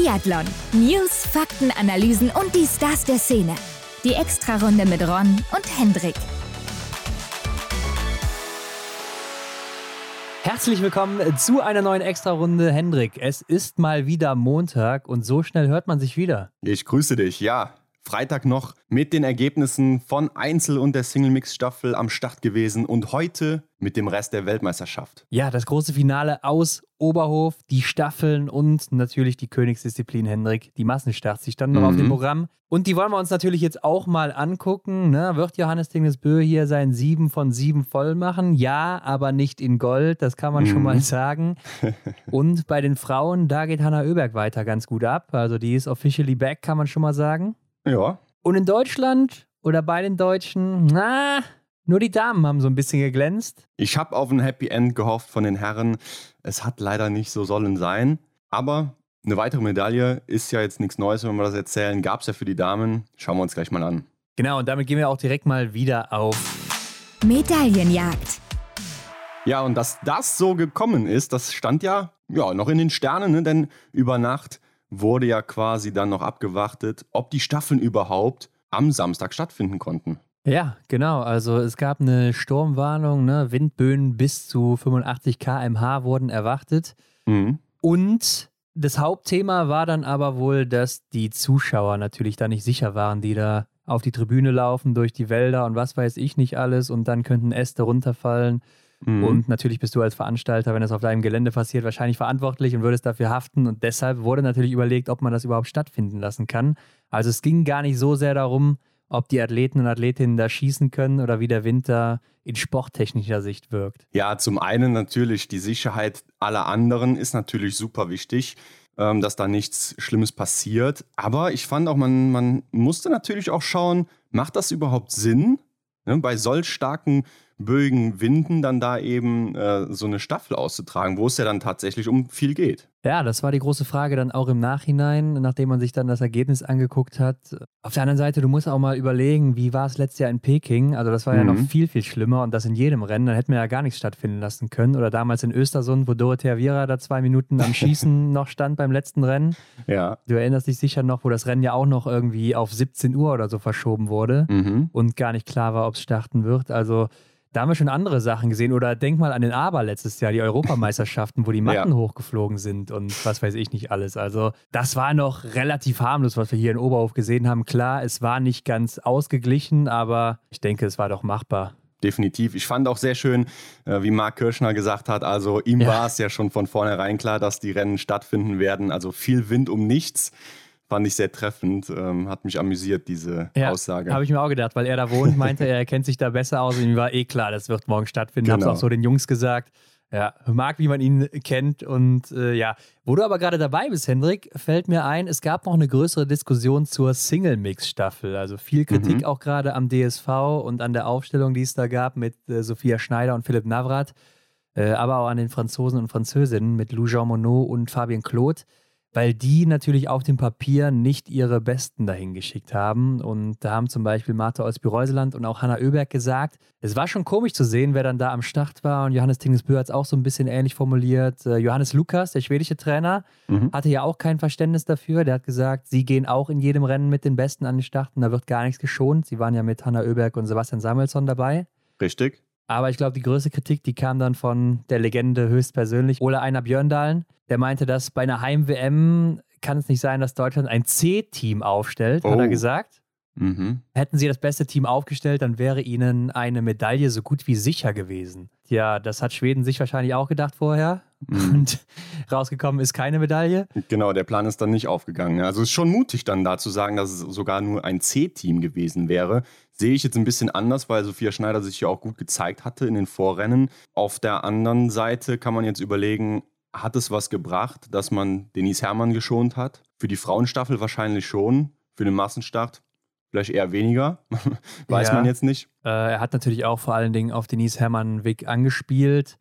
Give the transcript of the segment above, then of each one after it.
Biathlon. News, Fakten, Analysen und die Stars der Szene. Die Extrarunde mit Ron und Hendrik. Herzlich willkommen zu einer neuen Extrarunde. Hendrik, es ist mal wieder Montag und so schnell hört man sich wieder. Ich grüße dich, ja. Freitag noch mit den Ergebnissen von Einzel- und der Single-Mix-Staffel am Start gewesen und heute mit dem Rest der Weltmeisterschaft. Ja, das große Finale aus Oberhof, die Staffeln und natürlich die Königsdisziplin, Hendrik, die Massenstarts, die standen noch auf dem Programm. Und die wollen wir uns natürlich jetzt auch mal angucken. Ne? Wird Johannes Tingnes-Bö hier sein 7 von 7 voll machen? Ja, aber nicht in Gold, das kann man schon mal sagen. Und bei den Frauen, da geht Hannah Oeberg weiter ganz gut ab. Also die ist officially back, kann man schon mal sagen. Ja. Und in Deutschland oder bei den Deutschen, nur die Damen haben so ein bisschen geglänzt. Ich habe auf ein Happy End gehofft von den Herren. Es hat leider nicht so sollen sein. Aber eine weitere Medaille ist ja jetzt nichts Neues, wenn wir das erzählen. Gab es ja für die Damen. Schauen wir uns gleich mal an. Genau, und damit gehen wir auch direkt mal wieder auf Medaillenjagd. Ja, und dass das so gekommen ist, das stand ja noch in den Sternen, ne? Denn über Nacht wurde ja quasi dann noch abgewartet, ob die Staffeln überhaupt am Samstag stattfinden konnten. Ja, genau. Also es gab eine Sturmwarnung, ne? Windböen bis zu 85 km/h wurden erwartet. Und das Hauptthema war dann aber wohl, dass die Zuschauer natürlich da nicht sicher waren, die da auf die Tribüne laufen, durch die Wälder und was weiß ich nicht alles und dann könnten Äste runterfallen. Und natürlich bist du als Veranstalter, wenn das auf deinem Gelände passiert, wahrscheinlich verantwortlich und würdest dafür haften. Und deshalb wurde natürlich überlegt, ob man das überhaupt stattfinden lassen kann. Also es ging gar nicht so sehr darum, ob die Athleten und Athletinnen da schießen können oder wie der Wind da in sporttechnischer Sicht wirkt. Ja, zum einen natürlich die Sicherheit aller anderen ist natürlich super wichtig, dass da nichts Schlimmes passiert. Aber ich fand auch, man musste natürlich auch schauen, macht das überhaupt Sinn, ne, bei solch starken Bögen, Winden dann da eben so eine Staffel auszutragen, wo es ja dann tatsächlich um viel geht. Ja, das war die große Frage dann auch im Nachhinein, nachdem man sich dann das Ergebnis angeguckt hat. Auf der anderen Seite, du musst auch mal überlegen, wie war es letztes Jahr in Peking? Also das war ja noch viel, viel schlimmer und das in jedem Rennen. Dann hätten wir ja gar nichts stattfinden lassen können. Oder damals in Östersund, wo Dorothea Viera da 2 Minuten am Schießen noch stand beim letzten Rennen. Ja. Du erinnerst dich sicher noch, wo das Rennen ja auch noch irgendwie auf 17 Uhr oder so verschoben wurde und gar nicht klar war, ob es starten wird. Also da haben wir schon andere Sachen gesehen. Oder denk mal an den Aber letztes Jahr, die Europameisterschaften, wo die Matten hochgeflogen sind und was weiß ich nicht alles. Also das war noch relativ harmlos, was wir hier in Oberhof gesehen haben. Klar, es war nicht ganz ausgeglichen, aber ich denke, es war doch machbar. Definitiv. Ich fand auch sehr schön, wie Marc Kirschner gesagt hat, also ihm war es ja schon von vornherein klar, dass die Rennen stattfinden werden. Also viel Wind um nichts. Fand ich sehr treffend, hat mich amüsiert, diese Aussage. Habe ich mir auch gedacht, weil er da wohnt, meinte er kennt sich da besser aus und ihm war klar, das wird morgen stattfinden. Genau. Hab's auch so den Jungs gesagt. Ja, mag, wie man ihn kennt und wo du aber gerade dabei bist, Hendrik, fällt mir ein, es gab noch eine größere Diskussion zur Single-Mix-Staffel, also viel Kritik auch gerade am DSV und an der Aufstellung, die es da gab mit Sophia Schneider und Philipp Navrat, aber auch an den Franzosen und Französinnen mit Lou Jean Monod und Fabien Claude, weil die natürlich auf dem Papier nicht ihre Besten dahin geschickt haben. Und da haben zum Beispiel Martha Olsby-Reuseland und auch Hannah Oeberg gesagt, es war schon komisch zu sehen, wer dann da am Start war. Und Johannes Tingnes-Bö hat es auch so ein bisschen ähnlich formuliert. Johannes Lukas, der schwedische Trainer, hatte ja auch kein Verständnis dafür. Der hat gesagt, sie gehen auch in jedem Rennen mit den Besten an den Start und da wird gar nichts geschont. Sie waren ja mit Hannah Oeberg und Sebastian Samuelsson dabei. Richtig. Aber ich glaube, die größte Kritik, die kam dann von der Legende höchstpersönlich, Ole Einar Björndalen. Der meinte, dass bei einer Heim-WM kann es nicht sein, dass Deutschland ein C-Team aufstellt, hat er gesagt. Hätten sie das beste Team aufgestellt, dann wäre ihnen eine Medaille so gut wie sicher gewesen. Ja, das hat Schweden sich wahrscheinlich auch gedacht vorher. Und rausgekommen ist keine Medaille. Genau, der Plan ist dann nicht aufgegangen. Also es ist schon mutig dann da zu sagen, dass es sogar nur ein C-Team gewesen wäre. Sehe ich jetzt ein bisschen anders, weil Sophia Schneider sich ja auch gut gezeigt hatte in den Vorrennen. Auf der anderen Seite kann man jetzt überlegen, hat es was gebracht, dass man Denise Herrmann geschont hat? Für die Frauenstaffel wahrscheinlich schon, für den Massenstart vielleicht eher weniger, weiß man jetzt nicht. Er hat natürlich auch vor allen Dingen auf Denise Herrmann-Wick angespielt.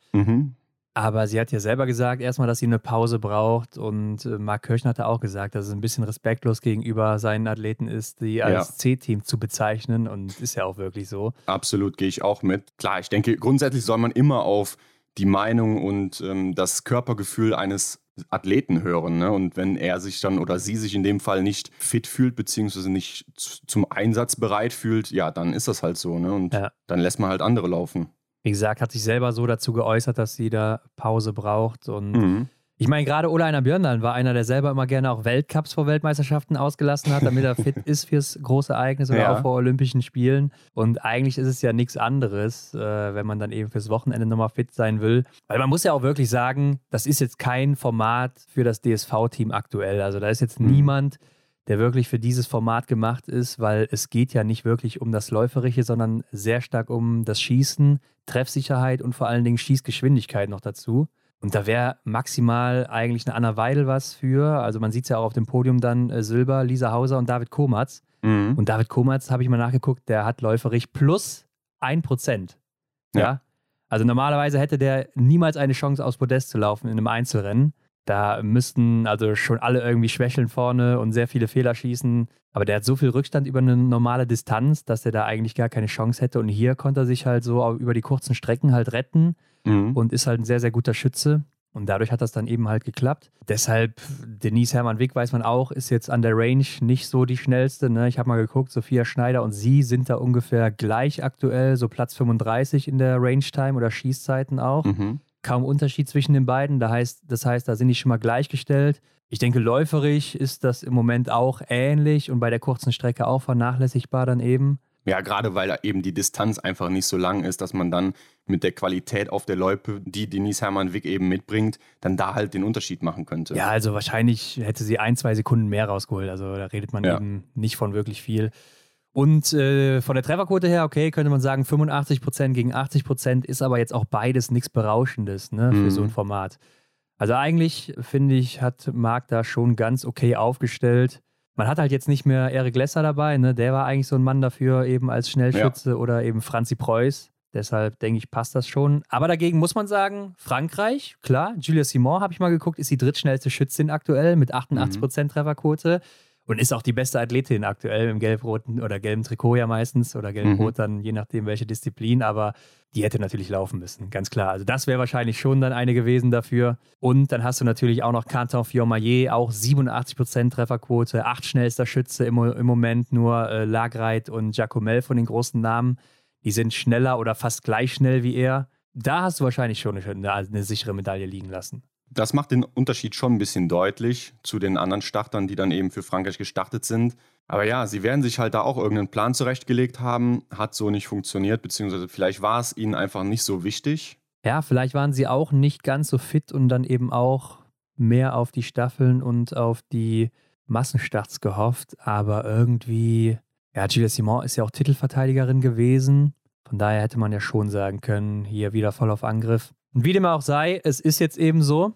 Aber sie hat ja selber gesagt, erstmal, dass sie eine Pause braucht. Und Marc Kirschner hat auch gesagt, dass es ein bisschen respektlos gegenüber seinen Athleten ist, die als C-Team zu bezeichnen. Und ist ja auch wirklich so. Absolut, gehe ich auch mit. Klar, ich denke, grundsätzlich soll man immer auf die Meinung und das Körpergefühl eines Athleten hören. Ne? Und wenn er sich dann oder sie sich in dem Fall nicht fit fühlt, beziehungsweise nicht zum Einsatz bereit fühlt, ja, dann ist das halt so. Ne? Und dann lässt man halt andere laufen. Wie gesagt, hat sich selber so dazu geäußert, dass sie da Pause braucht. Und ich meine, gerade Ole-Einar Björndalen war einer, der selber immer gerne auch Weltcups vor Weltmeisterschaften ausgelassen hat, damit er fit ist fürs große Ereignis oder auch vor Olympischen Spielen. Und eigentlich ist es ja nichts anderes, wenn man dann eben fürs Wochenende nochmal fit sein will. Weil man muss ja auch wirklich sagen, das ist jetzt kein Format für das DSV-Team aktuell. Also da ist jetzt niemand, der wirklich für dieses Format gemacht ist, weil es geht ja nicht wirklich um das Läuferische, sondern sehr stark um das Schießen, Treffsicherheit und vor allen Dingen Schießgeschwindigkeit noch dazu. Und da wäre maximal eigentlich eine Anna Weidel was für. Also man sieht es ja auch auf dem Podium dann Silber, Lisa Hauser und David Komatz. Und David Komatz, habe ich mal nachgeguckt, der hat läuferisch plus 1%. Ja. Also normalerweise hätte der niemals eine Chance, aufs Podest zu laufen in einem Einzelrennen. Da müssten also schon alle irgendwie schwächeln vorne und sehr viele Fehler schießen. Aber der hat so viel Rückstand über eine normale Distanz, dass er da eigentlich gar keine Chance hätte. Und hier konnte er sich halt so über die kurzen Strecken halt retten und ist halt ein sehr, sehr guter Schütze. Und dadurch hat das dann eben halt geklappt. Deshalb, Denise Hermann-Wick, weiß man auch, ist jetzt an der Range nicht so die schnellste. Ne? Ich habe mal geguckt, Sophia Schneider und sie sind da ungefähr gleich aktuell, so Platz 35 in der Range-Time oder Schießzeiten auch. Kaum Unterschied zwischen den beiden. Das heißt, da sind die schon mal gleichgestellt. Ich denke, läuferisch ist das im Moment auch ähnlich und bei der kurzen Strecke auch vernachlässigbar dann eben. Ja, gerade weil da eben die Distanz einfach nicht so lang ist, dass man dann mit der Qualität auf der Loipe, die Denise Hermann-Wick eben mitbringt, dann da halt den Unterschied machen könnte. Ja, also wahrscheinlich hätte sie 1-2 Sekunden mehr rausgeholt. Also da redet man eben nicht von wirklich viel. Und von der Trefferquote her, okay, könnte man sagen 85% gegen 80%, ist aber jetzt auch beides nichts Berauschendes, ne, für so ein Format. Also eigentlich, finde ich, hat Marc da schon ganz okay aufgestellt. Man hat halt jetzt nicht mehr Erik Lesser dabei, ne? Der war eigentlich so ein Mann dafür, eben als Schnellschütze oder eben Franzi Preuß. Deshalb denke ich, passt das schon. Aber dagegen muss man sagen, Frankreich, klar, Julia Simon, habe ich mal geguckt, ist die drittschnellste Schützin aktuell mit 88% Trefferquote. Und ist auch die beste Athletin aktuell im gelb-roten oder gelben Trikot ja meistens oder gelb-rot dann, je nachdem welche Disziplin. Aber die hätte natürlich laufen müssen, ganz klar. Also das wäre wahrscheinlich schon dann eine gewesen dafür. Und dann hast du natürlich auch noch Quentin Fillon-Maillet, auch 87% Trefferquote, 8 schnellster Schütze im Moment, nur Lagreit und Giacomel von den großen Namen. Die sind schneller oder fast gleich schnell wie er. Da hast du wahrscheinlich schon eine sichere Medaille liegen lassen. Das macht den Unterschied schon ein bisschen deutlich zu den anderen Startern, die dann eben für Frankreich gestartet sind. Aber ja, sie werden sich halt da auch irgendeinen Plan zurechtgelegt haben. Hat so nicht funktioniert, beziehungsweise vielleicht war es ihnen einfach nicht so wichtig. Ja, vielleicht waren sie auch nicht ganz so fit und dann eben auch mehr auf die Staffeln und auf die Massenstarts gehofft. Aber irgendwie, ja, Julia Simon ist ja auch Titelverteidigerin gewesen. Von daher hätte man ja schon sagen können, hier wieder voll auf Angriff. Und wie dem auch sei, es ist jetzt eben so.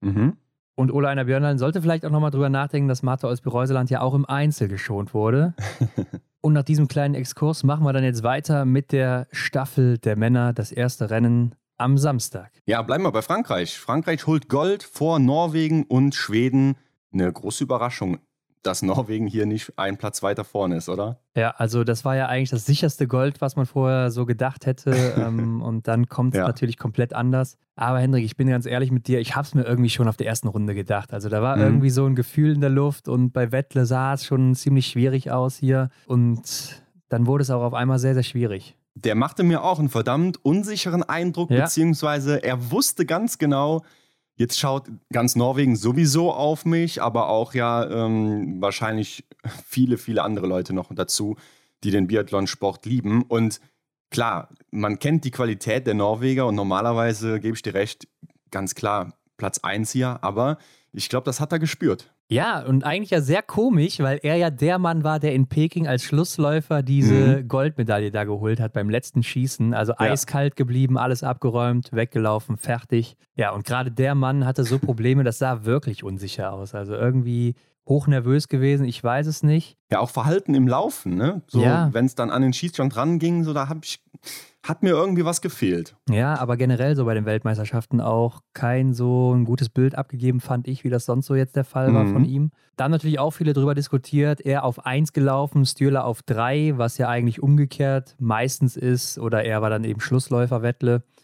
Und Ole-Einar Björndalen sollte vielleicht auch nochmal drüber nachdenken, dass Martha Olsby-Reuseland ja auch im Einzel geschont wurde. Und nach diesem kleinen Exkurs machen wir dann jetzt weiter mit der Staffel der Männer, das erste Rennen am Samstag. Ja, bleiben wir bei Frankreich. Frankreich holt Gold vor Norwegen und Schweden. Eine große Überraschung, dass Norwegen hier nicht einen Platz weiter vorne ist, oder? Ja, also das war ja eigentlich das sicherste Gold, was man vorher so gedacht hätte. Und dann kommt es natürlich komplett anders. Aber Hendrik, ich bin ganz ehrlich mit dir, ich habe es mir irgendwie schon auf der ersten Runde gedacht. Also da war irgendwie so ein Gefühl in der Luft und bei Wettle sah es schon ziemlich schwierig aus hier. Und dann wurde es auch auf einmal sehr, sehr schwierig. Der machte mir auch einen verdammt unsicheren Eindruck, beziehungsweise er wusste ganz genau, jetzt schaut ganz Norwegen sowieso auf mich, aber auch wahrscheinlich viele, viele andere Leute noch dazu, die den Biathlonsport lieben. Und klar, man kennt die Qualität der Norweger und normalerweise, gebe ich dir recht, ganz klar Platz 1 hier, aber ich glaube, das hat er gespürt. Ja, und eigentlich ja sehr komisch, weil er ja der Mann war, der in Peking als Schlussläufer diese Goldmedaille da geholt hat beim letzten Schießen. Also eiskalt geblieben, alles abgeräumt, weggelaufen, fertig. Ja, und gerade der Mann hatte so Probleme, das sah wirklich unsicher aus. Also irgendwie hochnervös gewesen, ich weiß es nicht. Ja, auch Verhalten im Laufen, ne? So, wenn es dann an den Schießstand ranging, so hat mir irgendwie was gefehlt. Ja, aber generell so bei den Weltmeisterschaften auch kein so ein gutes Bild abgegeben, fand ich, wie das sonst so jetzt der Fall war von ihm. Da haben natürlich auch viele drüber diskutiert, er auf 1 gelaufen, Stürler auf 3, was ja eigentlich umgekehrt meistens ist, oder er war dann eben Schlussläufer, Wettle.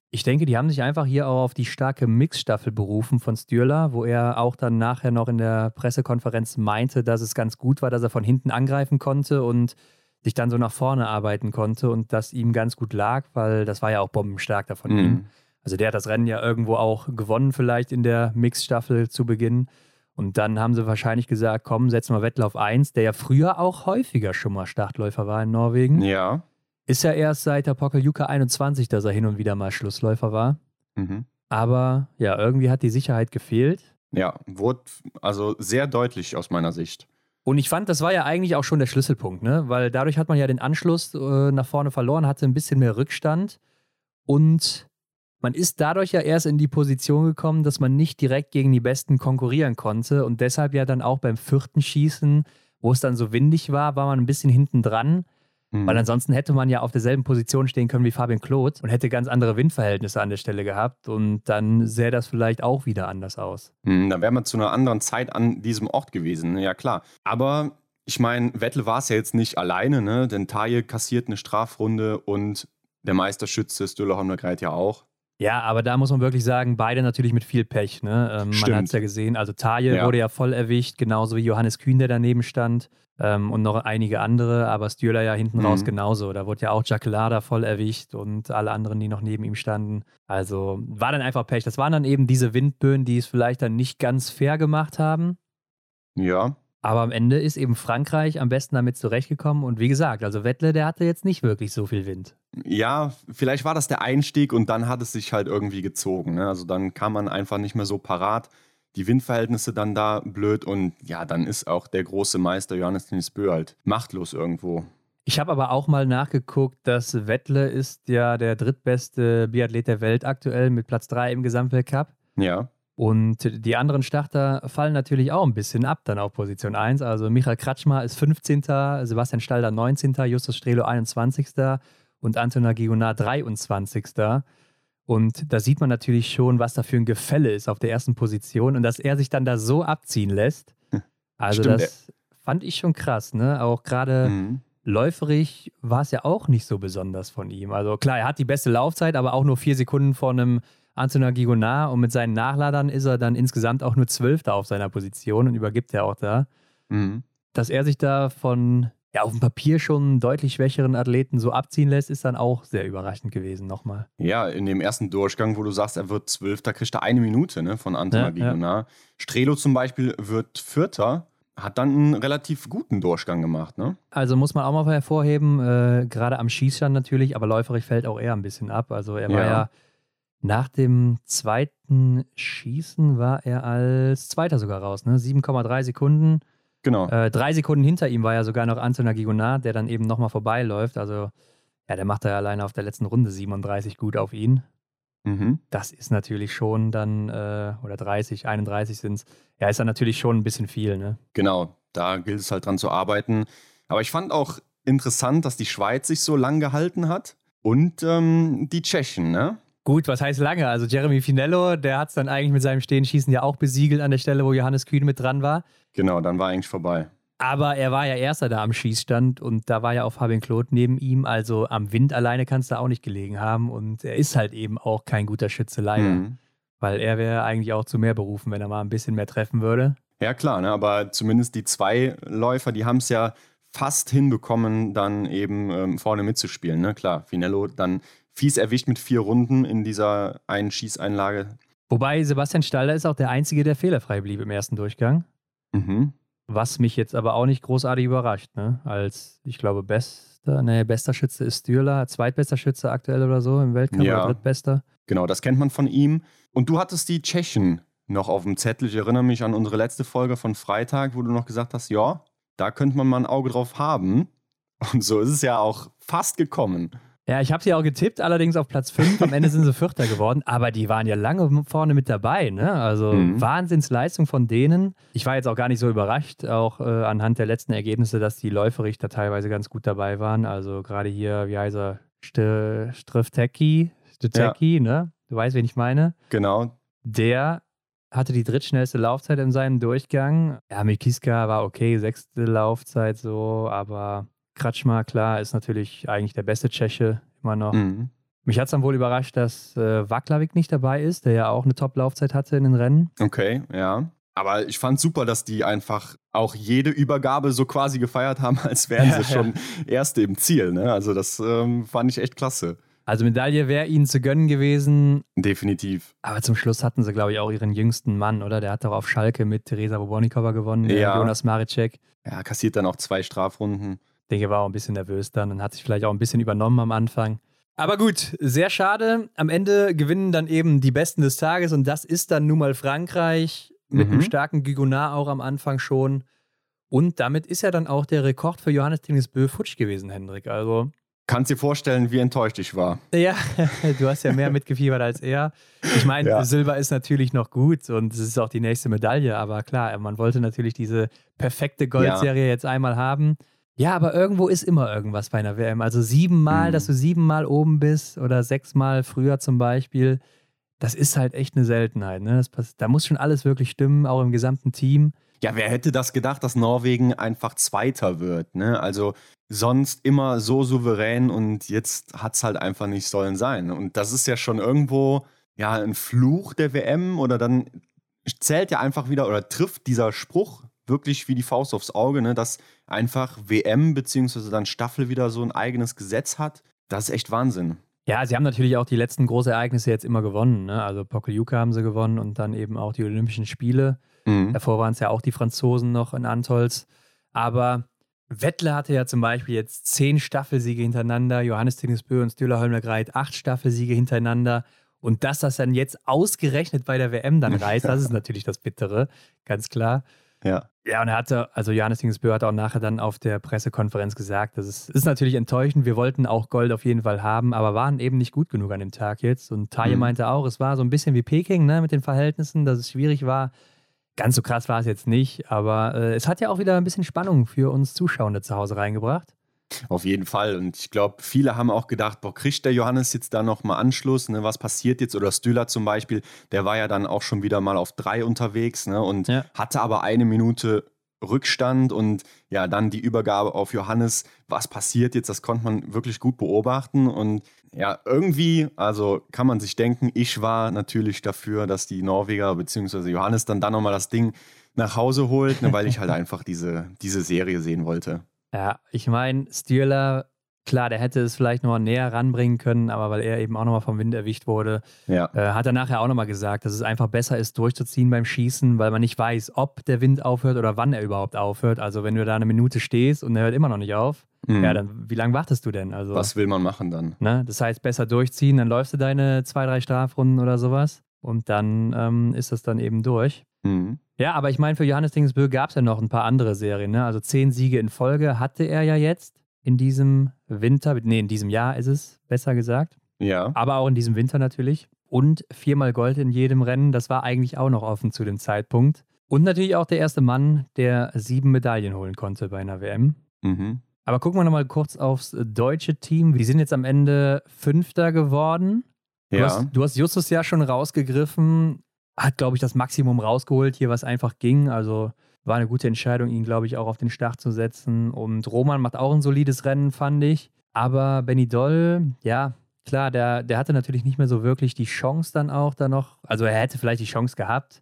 Ich denke, die haben sich einfach hier auch auf die starke Mixstaffel berufen von Stürler, wo er auch dann nachher noch in der Pressekonferenz meinte, dass es ganz gut war, dass er von hinten angreifen konnte und sich dann so nach vorne arbeiten konnte und das ihm ganz gut lag, weil das war ja auch bombenstark da von ihm. Also der hat das Rennen ja irgendwo auch gewonnen vielleicht in der Mixstaffel zu Beginn. Und dann haben sie wahrscheinlich gesagt, komm, setzen wir Vettel auf 1, der ja früher auch häufiger schon mal Startläufer war in Norwegen. Ja. Ist ja erst seit der Pokeljuka 21, dass er hin und wieder mal Schlussläufer war. Aber ja, irgendwie hat die Sicherheit gefehlt. Ja, wurde also sehr deutlich aus meiner Sicht. Und ich fand, das war ja eigentlich auch schon der Schlüsselpunkt, ne? Weil dadurch hat man ja den Anschluss nach vorne verloren, hatte ein bisschen mehr Rückstand. Und man ist dadurch ja erst in die Position gekommen, dass man nicht direkt gegen die Besten konkurrieren konnte. Und deshalb ja dann auch beim 4. Schießen, wo es dann so windig war, war man ein bisschen hinten dran. Weil ansonsten hätte man ja auf derselben Position stehen können wie Fabian Kloth und hätte ganz andere Windverhältnisse an der Stelle gehabt und dann sähe das vielleicht auch wieder anders aus. Da wäre man zu einer anderen Zeit an diesem Ort gewesen, ja klar. Aber ich meine, Vettel war es ja jetzt nicht alleine, ne? Denn Taje kassiert eine Strafrunde und der Meisterschütze Stüller Hondergreit ja auch. Ja, aber da muss man wirklich sagen, beide natürlich mit viel Pech. Ne? Man hat es ja gesehen, also Taje wurde ja voll erwischt, genauso wie Johannes Kühn, der daneben stand. Und noch einige andere, aber Stürler ja hinten raus genauso. Da wurde ja auch Jacquelada voll erwischt und alle anderen, die noch neben ihm standen. Also war dann einfach Pech. Das waren dann eben diese Windböen, die es vielleicht dann nicht ganz fair gemacht haben. Ja. Aber am Ende ist eben Frankreich am besten damit zurechtgekommen. Und wie gesagt, also Vettel, der hatte jetzt nicht wirklich so viel Wind. Ja, vielleicht war das der Einstieg und dann hat es sich halt irgendwie gezogen. Ne? Also dann kam man einfach nicht mehr so parat. Die Windverhältnisse dann da blöd und ja, dann ist auch der große Meister Johannes Denis Bö halt machtlos irgendwo. Ich habe aber auch mal nachgeguckt, dass Vettel ist ja der drittbeste Biathlet der Welt aktuell mit Platz 3 im Gesamtweltcup. Ja. Und die anderen Starter fallen natürlich auch ein bisschen ab dann auf Position 1. Also Michael Kratschmer ist 15., Sebastian Stalder 19., Justus Strelo 21. und Antonin Guigonard 23. Und da sieht man natürlich schon, was da für ein Gefälle ist auf der ersten Position und dass er sich dann da so abziehen lässt. Also Stimmt, das fand ich schon krass, ne? Auch gerade läuferig war es ja auch nicht so besonders von ihm. Also klar, er hat die beste Laufzeit, aber auch nur 4 Sekunden vor einem Antonin Guigonard und mit seinen Nachladern ist er dann insgesamt auch nur 12. auf seiner Position und übergibt er auch da. Dass er sich da von auf dem Papier schon deutlich schwächeren Athleten so abziehen lässt, ist dann auch sehr überraschend gewesen nochmal. Ja, in dem ersten Durchgang, wo du sagst, er wird 12., da kriegt er 1 Minute, ne, von Antonin Guigonard. Ja. Strelo zum Beispiel wird 4., hat dann einen relativ guten Durchgang gemacht, ne? Also muss man auch mal hervorheben, gerade am Schießstand natürlich, aber läuferig fällt auch er ein bisschen ab. Also er war ja nach dem zweiten Schießen war er als Zweiter sogar raus, ne? 7,3 Sekunden. Genau. 3 Sekunden hinter ihm war ja sogar noch Antonin Guigonard, der dann eben nochmal vorbeiläuft. Also, ja, der macht da ja alleine auf der letzten Runde 37 gut auf ihn. Das ist natürlich schon dann, oder 30, 31 sind es. Ja, ist dann natürlich schon ein bisschen viel, ne? Genau, da gilt es halt dran zu arbeiten. Aber ich fand auch interessant, dass die Schweiz sich so lang gehalten hat und die Tschechen, ne? Gut, was heißt lange? Also Jeremy Finello, der hat es dann eigentlich mit seinem Stehenschießen ja auch besiegelt an der Stelle, wo Johannes Kühn mit dran war. Genau, dann war eigentlich vorbei. Aber er war ja Erster da am Schießstand und da war ja auch Fabian Kloth neben ihm. Also am Wind alleine kannst du auch nicht gelegen haben. Und er ist halt eben auch kein guter Schütze, leider. Weil er wäre eigentlich auch zu mehr berufen, wenn er mal ein bisschen mehr treffen würde. Ja klar, ne? Aber zumindest die 2 Läufer, die haben es ja fast hinbekommen, dann eben vorne mitzuspielen. Ne? Klar, Finello dann fies erwischt mit 4 Runden in dieser einen Schießeinlage. Wobei Sebastian Stalder ist auch der Einzige, der fehlerfrei blieb im ersten Durchgang. Was mich jetzt aber auch nicht großartig überrascht, ne? Als, ich glaube, bester Schütze ist Stürler, zweitbester Schütze aktuell oder so im Weltcup oder drittbester. Genau, das kennt man von ihm. Und du hattest die Tschechen noch auf dem Zettel. Ich erinnere mich an unsere letzte Folge von Freitag, wo du noch gesagt hast, ja, da könnte man mal ein Auge drauf haben. Und so ist es ja auch fast gekommen. Ja, ich habe sie auch getippt, allerdings auf Platz 5. Am Ende sind sie Vierter geworden, aber die waren ja lange vorne mit dabei, ne? Also Wahnsinnsleistung von denen. Ich war jetzt auch gar nicht so überrascht, auch anhand der letzten Ergebnisse, dass die Läuferichter teilweise ganz gut dabei waren. Also gerade hier, wie heißt er? Stretecki, ne? Du weißt, wen ich meine. Genau. Der hatte die drittschnellste Laufzeit in seinem Durchgang. Ja, Mikiska war okay, 6. Laufzeit so, aber Kratschmer, klar, ist natürlich eigentlich der beste Tscheche immer noch. Mich hat es dann wohl überrascht, dass Wacklavik nicht dabei ist, der ja auch eine Top-Laufzeit hatte in den Rennen. Okay, ja. Aber ich fand super, dass die einfach auch jede Übergabe so quasi gefeiert haben, als wären sie schon Erste im Ziel. Ne? Also das fand ich echt klasse. Also Medaille wäre ihnen zu gönnen gewesen. Definitiv. Aber zum Schluss hatten sie, glaube ich, auch ihren jüngsten Mann, oder? Der hat doch auf Schalke mit Teresa Bobornikova gewonnen, Jonas Maricek. Ja, kassiert dann auch 2 Strafrunden. Ich denke, er war auch ein bisschen nervös dann und hat sich vielleicht auch ein bisschen übernommen am Anfang. Aber gut, sehr schade. Am Ende gewinnen dann eben die Besten des Tages und das ist dann nun mal Frankreich mit einem starken Guigonard auch am Anfang schon. Und damit ist ja dann auch der Rekord für Johannes Tingesbö futsch gewesen, Hendrik. Also kannst dir vorstellen, wie enttäuscht ich war. Ja, du hast ja mehr mitgefiebert als er. Ich meine, Silber ist natürlich noch gut und es ist auch die nächste Medaille, aber klar, man wollte natürlich diese perfekte Goldserie jetzt einmal haben. Ja, aber irgendwo ist immer irgendwas bei einer WM. Also 7-mal, dass du 7-mal oben bist oder 6-mal früher zum Beispiel, das ist halt echt eine Seltenheit. Ne? Da muss schon alles wirklich stimmen, auch im gesamten Team. Ja, wer hätte das gedacht, dass Norwegen einfach Zweiter wird, ne? Also sonst immer so souverän und jetzt hat es halt einfach nicht sollen sein. Und das ist ja schon irgendwo ein Fluch der WM oder dann zählt ja einfach wieder oder trifft dieser Spruch wirklich wie die Faust aufs Auge, ne? Dass einfach WM bzw. dann Staffel wieder so ein eigenes Gesetz hat. Das ist echt Wahnsinn. Ja, sie haben natürlich auch die letzten großen Ereignisse jetzt immer gewonnen. Ne? Also Pokljuka haben sie gewonnen und dann eben auch die Olympischen Spiele. Davor waren es ja auch die Franzosen noch in Antholz. Aber Wettler hatte ja zum Beispiel jetzt 10 Staffelsiege hintereinander, Johannes Tingesbö und Sturla Holmberg 8 Staffelsiege hintereinander. Und dass das dann jetzt ausgerechnet bei der WM dann reißt, das ist natürlich das Bittere, ganz klar. Ja. Ja, und Johannes Tingesbö hat auch nachher dann auf der Pressekonferenz gesagt, das ist natürlich enttäuschend, wir wollten auch Gold auf jeden Fall haben, aber waren eben nicht gut genug an dem Tag jetzt. Und Taje meinte auch, es war so ein bisschen wie Peking, ne, mit den Verhältnissen, dass es schwierig war. Ganz so krass war es jetzt nicht, aber es hat ja auch wieder ein bisschen Spannung für uns Zuschauende zu Hause reingebracht. Auf jeden Fall. Und ich glaube, viele haben auch gedacht, kriegt der Johannes jetzt da nochmal Anschluss? Ne? Was passiert jetzt? Oder Sturla zum Beispiel, der war ja dann auch schon wieder mal auf 3 unterwegs, ne? Und hatte aber 1 Minute Rückstand und ja, dann die Übergabe auf Johannes. Was passiert jetzt? Das konnte man wirklich gut beobachten. Und ja, irgendwie, also kann man sich denken, ich war natürlich dafür, dass die Norweger bzw. Johannes dann nochmal das Ding nach Hause holt, ne? Weil ich halt einfach diese Serie sehen wollte. Ja, ich meine, Sturla, klar, der hätte es vielleicht noch näher ranbringen können, aber weil er eben auch nochmal vom Wind erwischt wurde, hat er nachher auch nochmal gesagt, dass es einfach besser ist, durchzuziehen beim Schießen, weil man nicht weiß, ob der Wind aufhört oder wann er überhaupt aufhört. Also wenn du da 1 Minute stehst und er hört immer noch nicht auf, ja, dann wie lange wartest du denn? Also, was will man machen dann? Ne? Das heißt, besser durchziehen, dann läufst du deine 2, 3 Strafrunden oder sowas und dann ist das dann eben durch. Ja, aber ich meine, für Johannes Tingesbö gab es ja noch ein paar andere Serien. Ne? Also 10 Siege in Folge hatte er ja jetzt in diesem Winter. Nee, in diesem Jahr ist es, besser gesagt. Ja. Aber auch in diesem Winter natürlich. Und 4-mal Gold in jedem Rennen. Das war eigentlich auch noch offen zu dem Zeitpunkt. Und natürlich auch der erste Mann, der 7 Medaillen holen konnte bei einer WM. Aber gucken wir nochmal kurz aufs deutsche Team. Die sind jetzt am Ende 5. geworden. Du hast Justus ja schon rausgegriffen. Hat, glaube ich, das Maximum rausgeholt hier, was einfach ging. Also war eine gute Entscheidung, ihn, glaube ich, auch auf den Start zu setzen. Und Roman macht auch ein solides Rennen, fand ich. Aber Benny Doll, ja, klar, der hatte natürlich nicht mehr so wirklich die Chance dann auch da noch. Also er hätte vielleicht die Chance gehabt,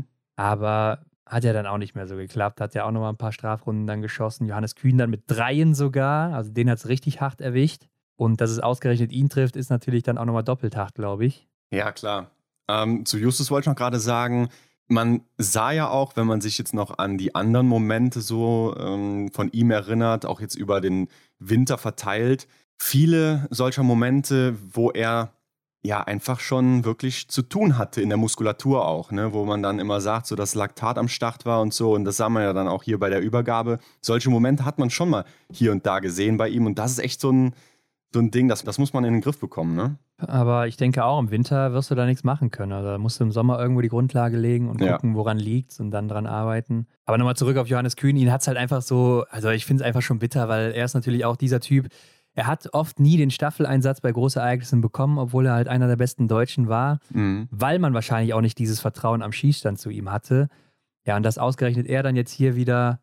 aber hat ja dann auch nicht mehr so geklappt. Hat ja auch nochmal ein paar Strafrunden dann geschossen. Johannes Kühn dann mit 3 sogar. Also den hat es richtig hart erwischt. Und dass es ausgerechnet ihn trifft, ist natürlich dann auch nochmal doppelt hart, glaube ich. Ja, klar. Zu Justus wollte ich noch gerade sagen, man sah ja auch, wenn man sich jetzt noch an die anderen Momente so von ihm erinnert, auch jetzt über den Winter verteilt, viele solcher Momente, wo er ja einfach schon wirklich zu tun hatte in der Muskulatur auch, ne? Wo man dann immer sagt, so dass Laktat am Start war und so, und das sah man ja dann auch hier bei der Übergabe. Solche Momente hat man schon mal hier und da gesehen bei ihm und das ist echt so ein Ding, das muss man in den Griff bekommen, ne? Aber ich denke auch, im Winter wirst du da nichts machen können. Also da musst du im Sommer irgendwo die Grundlage legen und gucken, woran liegt's und dann dran arbeiten. Aber nochmal zurück auf Johannes Kühn. Ihn hat's halt einfach so, also ich finde es einfach schon bitter, weil er ist natürlich auch dieser Typ, er hat oft nie den Staffeleinsatz bei Großereignissen bekommen, obwohl er halt einer der besten Deutschen war, weil man wahrscheinlich auch nicht dieses Vertrauen am Schießstand zu ihm hatte. Ja, und dass ausgerechnet er dann jetzt hier wieder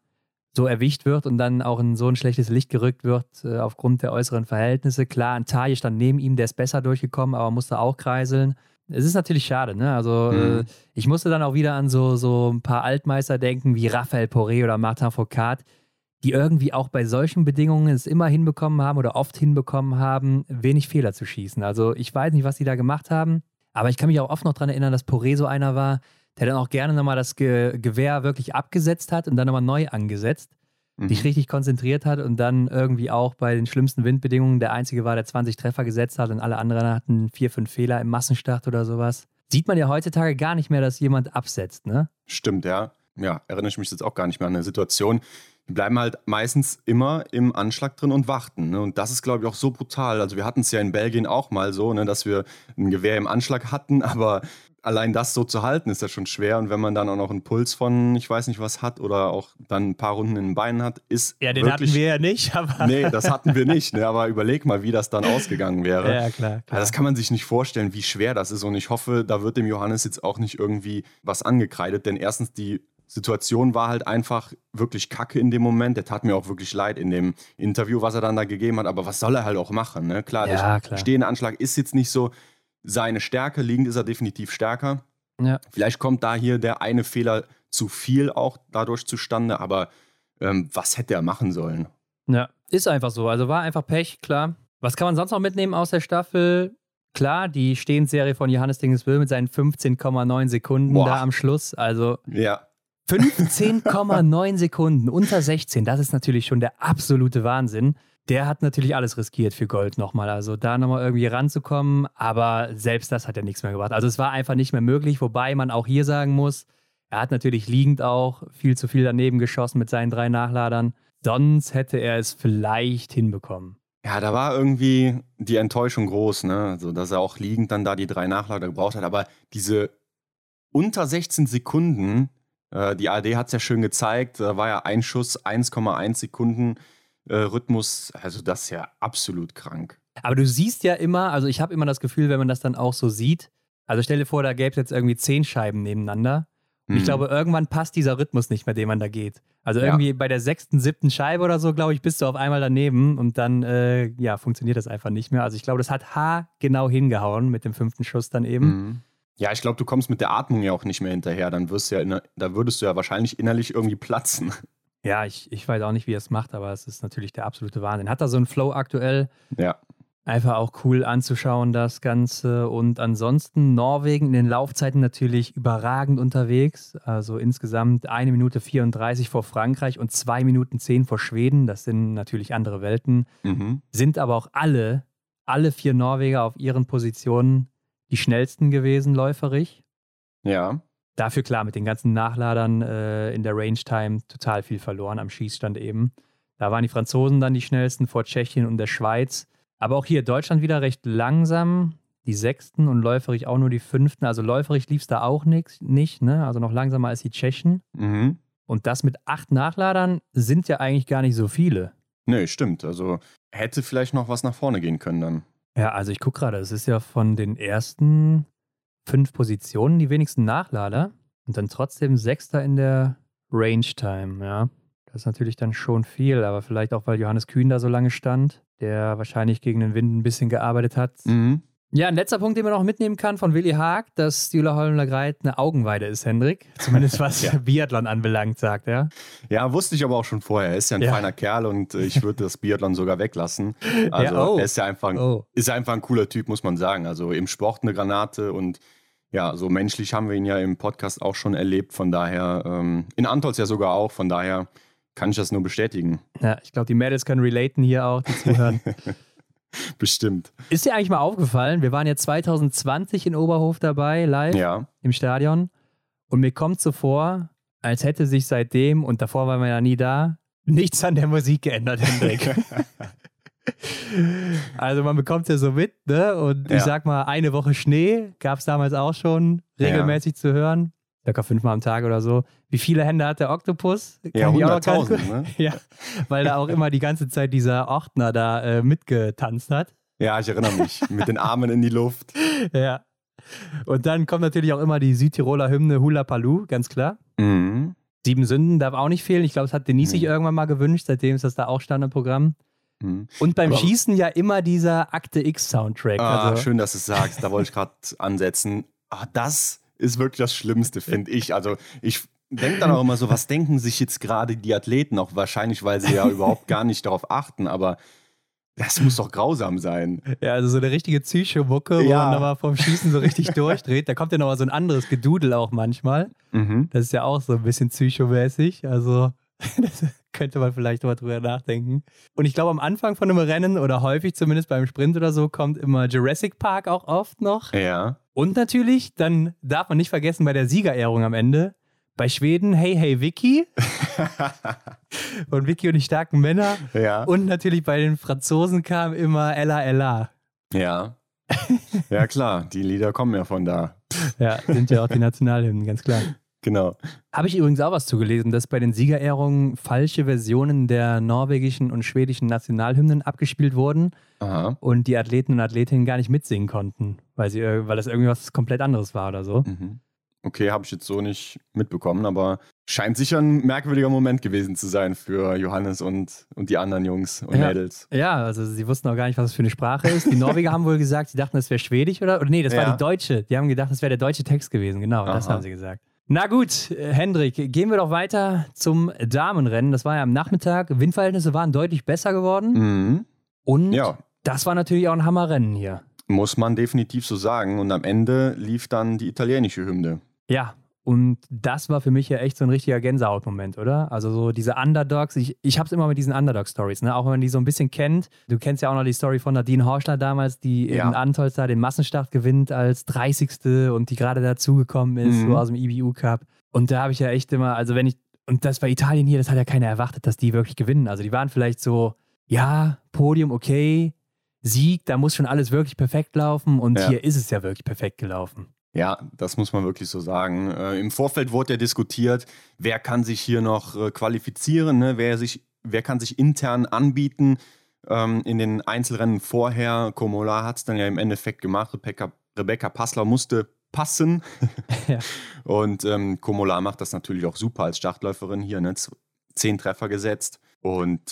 so erwischt wird und dann auch in so ein schlechtes Licht gerückt wird aufgrund der äußeren Verhältnisse. Klar, Antalya stand neben ihm, der ist besser durchgekommen, aber musste auch kreiseln. Es ist natürlich schade, ne? Also ich musste dann auch wieder an so ein paar Altmeister denken, wie Raphael Poré oder Martin Fourcade, die irgendwie auch bei solchen Bedingungen es immer hinbekommen haben oder oft hinbekommen haben, wenig Fehler zu schießen. Also ich weiß nicht, was die da gemacht haben, aber ich kann mich auch oft noch daran erinnern, dass Poré so einer war, der dann auch gerne nochmal das Gewehr wirklich abgesetzt hat und dann nochmal neu angesetzt, sich richtig konzentriert hat und dann irgendwie auch bei den schlimmsten Windbedingungen der Einzige war, der 20 Treffer gesetzt hat und alle anderen hatten 4, 5 Fehler im Massenstart oder sowas. Sieht man ja heutzutage gar nicht mehr, dass jemand absetzt, ne? Stimmt, ja. Ja, erinnere ich mich jetzt auch gar nicht mehr an eine Situation. Die bleiben halt meistens immer im Anschlag drin und warten. Ne? Und das ist, glaube ich, auch so brutal. Also wir hatten es ja in Belgien auch mal so, ne, dass wir ein Gewehr im Anschlag hatten, aber allein das so zu halten, ist ja schon schwer. Und wenn man dann auch noch einen Puls von, ich weiß nicht was hat oder auch dann ein paar Runden in den Beinen hat, ist ja, den wirklich, hatten wir ja nicht. Aber nee, das hatten wir nicht. Ne? Aber überleg mal, wie das dann ausgegangen wäre. Ja, klar. Also das kann man sich nicht vorstellen, wie schwer das ist. Und ich hoffe, da wird dem Johannes jetzt auch nicht irgendwie was angekreidet. Denn erstens, die Situation war halt einfach wirklich kacke in dem Moment. Der tat mir auch wirklich leid in dem Interview, was er dann da gegeben hat. Aber was soll er halt auch machen? Ne? Klar, Ja, der stehende Anschlag ist jetzt nicht so seine Stärke. Liegend ist er definitiv stärker. Ja. Vielleicht kommt da hier der eine Fehler zu viel auch dadurch zustande. Aber was hätte er machen sollen? Ja, ist einfach so. Also war einfach Pech, klar. Was kann man sonst noch mitnehmen aus der Staffel? Klar, die Stehensserie von Johannes Dingesbö mit seinen 15,9 Sekunden da am Schluss. Also ja. 15,9 Sekunden unter 16, das ist natürlich schon der absolute Wahnsinn. Der hat natürlich alles riskiert für Gold nochmal. Also da nochmal irgendwie ranzukommen, aber selbst das hat ja nichts mehr gebracht. Also es war einfach nicht mehr möglich, wobei man auch hier sagen muss, er hat natürlich liegend auch viel zu viel daneben geschossen mit seinen 3 Nachladern. Sonst hätte er es vielleicht hinbekommen. Ja, da war irgendwie die Enttäuschung groß, ne? Also, dass er auch liegend dann da die 3 Nachlader gebraucht hat. Aber diese unter 16 Sekunden, die ARD hat es ja schön gezeigt, da war ja ein Schuss 1,1 Sekunden Rhythmus. Also das ist ja absolut krank. Aber du siehst ja immer, also ich habe immer das Gefühl, wenn man das dann auch so sieht, also stell dir vor, da gäbe es jetzt irgendwie 10 Scheiben nebeneinander. Und ich glaube, irgendwann passt dieser Rhythmus nicht mehr, den man da geht. Also irgendwie bei der 6., 7. Scheibe oder so, glaube ich, bist du auf einmal daneben und dann funktioniert das einfach nicht mehr. Also ich glaube, das hat haargenau hingehauen mit dem 5. Schuss dann eben. Ja, ich glaube, du kommst mit der Atmung ja auch nicht mehr hinterher. Dann da würdest du ja wahrscheinlich innerlich irgendwie platzen. Ja, ich weiß auch nicht, wie er es macht, aber es ist natürlich der absolute Wahnsinn. Hat da so einen Flow aktuell. Ja. Einfach auch cool anzuschauen, das Ganze. Und ansonsten Norwegen in den Laufzeiten natürlich überragend unterwegs. Also insgesamt 1 Minute 34 vor Frankreich und 2 Minuten 10 vor Schweden. Das sind natürlich andere Welten. Sind aber auch alle 4 Norweger auf ihren Positionen die schnellsten gewesen, läuferig. Ja. Dafür klar, mit den ganzen Nachladern in der Range-Time total viel verloren am Schießstand eben. Da waren die Franzosen dann die schnellsten vor Tschechien und der Schweiz. Aber auch hier Deutschland wieder recht langsam, die 6. und läuferig auch nur die 5. Also läuferig lief es da auch nicht, ne? Also noch langsamer als die Tschechen. Und das mit 8 Nachladern sind ja eigentlich gar nicht so viele. Nee, stimmt. Also hätte vielleicht noch was nach vorne gehen können dann. Ja, also ich gucke gerade, es ist ja von den ersten 5 Positionen die wenigsten Nachlader und dann trotzdem 6. in der Range-Time, ja. Das ist natürlich dann schon viel, aber vielleicht auch, weil Johannes Kühn da so lange stand, der wahrscheinlich gegen den Wind ein bisschen gearbeitet hat. Ja, ein letzter Punkt, den man noch mitnehmen kann von Willi Haag, dass Stühler Holmler Greit eine Augenweide ist, Hendrik. Zumindest was Biathlon anbelangt, sagt er. Ja, wusste ich aber auch schon vorher. Er ist ja ein feiner Kerl und ich würde das Biathlon sogar weglassen. Also er ist ja einfach ein cooler Typ, muss man sagen. Also im Sport eine Granate und ja, so menschlich haben wir ihn ja im Podcast auch schon erlebt. Von daher, in Antolz ja sogar auch, von daher kann ich das nur bestätigen. Ja, ich glaube, die Mädels können relaten hier auch, die zuhören. Bestimmt. Ist dir eigentlich mal aufgefallen, wir waren ja 2020 in Oberhof dabei, live im Stadion. Und mir kommt so vor, als hätte sich seitdem, und davor waren wir ja nie da, nichts an der Musik geändert, Hendrik. Also man bekommt es ja so mit, ne? Und ich sag mal, eine Woche Schnee gab es damals auch schon regelmäßig zu hören. Circa 5-mal am Tag oder so. Wie viele Hände hat der Oktopus? Ja, 100.000, ne? Ja, weil da auch immer die ganze Zeit dieser Ordner da mitgetanzt hat. Ja, ich erinnere mich. Mit den Armen in die Luft. Ja. Und dann kommt natürlich auch immer die Südtiroler Hymne Hula Paloo, ganz klar. 7 Sünden darf auch nicht fehlen. Ich glaube, es hat Denise sich irgendwann mal gewünscht. Seitdem ist das da auch Standardprogramm. Und beim Schießen ja immer dieser Akte X-Soundtrack. Also Schön, dass du es sagst. Da wollte ich gerade ansetzen. Das ist wirklich das Schlimmste, finde ich. Also ich denke dann auch immer so, was denken sich jetzt gerade die Athleten? Auch wahrscheinlich, weil sie ja überhaupt gar nicht darauf achten. Aber das muss doch grausam sein. Ja, also so eine richtige Psycho-Mucke, wo man nochmal vom Schießen so richtig durchdreht. Da kommt ja nochmal so ein anderes Gedudel auch manchmal. Das ist ja auch so ein bisschen psychomäßig. Also das könnte man vielleicht mal drüber nachdenken. Und ich glaube, am Anfang von einem Rennen oder häufig zumindest beim Sprint oder so kommt immer Jurassic Park auch oft noch. Ja. Und natürlich, dann darf man nicht vergessen bei der Siegerehrung am Ende, bei Schweden Hey Hey Vicky und Vicky und die starken Männer. Ja. Und natürlich bei den Franzosen kam immer Ella Ella. Ja. Ja klar, die Lieder kommen ja von da. Ja, sind ja auch die Nationalhymnen, ganz klar. Genau. Habe ich übrigens auch was zugelesen, dass bei den Siegerehrungen falsche Versionen der norwegischen und schwedischen Nationalhymnen abgespielt wurden. Aha. Und die Athleten und Athletinnen gar nicht mitsingen konnten, weil das irgendwie was komplett anderes war oder so. Okay, habe ich jetzt so nicht mitbekommen, aber scheint sicher ein merkwürdiger Moment gewesen zu sein für Johannes und die anderen Jungs und Mädels. Ja, also sie wussten auch gar nicht, was das für eine Sprache ist. Die Norweger haben wohl gesagt, sie dachten, das wäre Schwedisch oder nee, das war die Deutsche. Die haben gedacht, das wäre der deutsche Text gewesen, genau, das haben sie gesagt. Na gut, Hendrik, gehen wir doch weiter zum Damenrennen. Das war ja am Nachmittag. Windverhältnisse waren deutlich besser geworden. Und das war natürlich auch ein Hammerrennen hier. Muss man definitiv so sagen. Und am Ende lief dann die italienische Hymne. Ja, und das war für mich ja echt so ein richtiger Gänsehautmoment, oder? Also so diese Underdogs, ich hab's immer mit diesen Underdog-Stories, ne? Auch wenn man die so ein bisschen kennt. Du kennst ja auch noch die Story von Nadine Horschler damals, die in Antolz da den Massenstart gewinnt als 30. und die gerade dazugekommen ist, so aus dem IBU-Cup. Und da habe ich ja echt immer, und das bei Italien hier, das hat ja keiner erwartet, dass die wirklich gewinnen. Also die waren vielleicht so, ja, Podium, okay, Sieg, da muss schon alles wirklich perfekt laufen und hier ist es ja wirklich perfekt gelaufen. Ja, das muss man wirklich so sagen. Im Vorfeld wurde ja diskutiert, wer kann sich hier noch qualifizieren, ne? Wer kann sich intern anbieten. In den Einzelrennen vorher, Komola hat es dann ja im Endeffekt gemacht, Rebecca Passler musste passen. Und Komola macht das natürlich auch super als Startläuferin hier, ne? 10 Treffer gesetzt und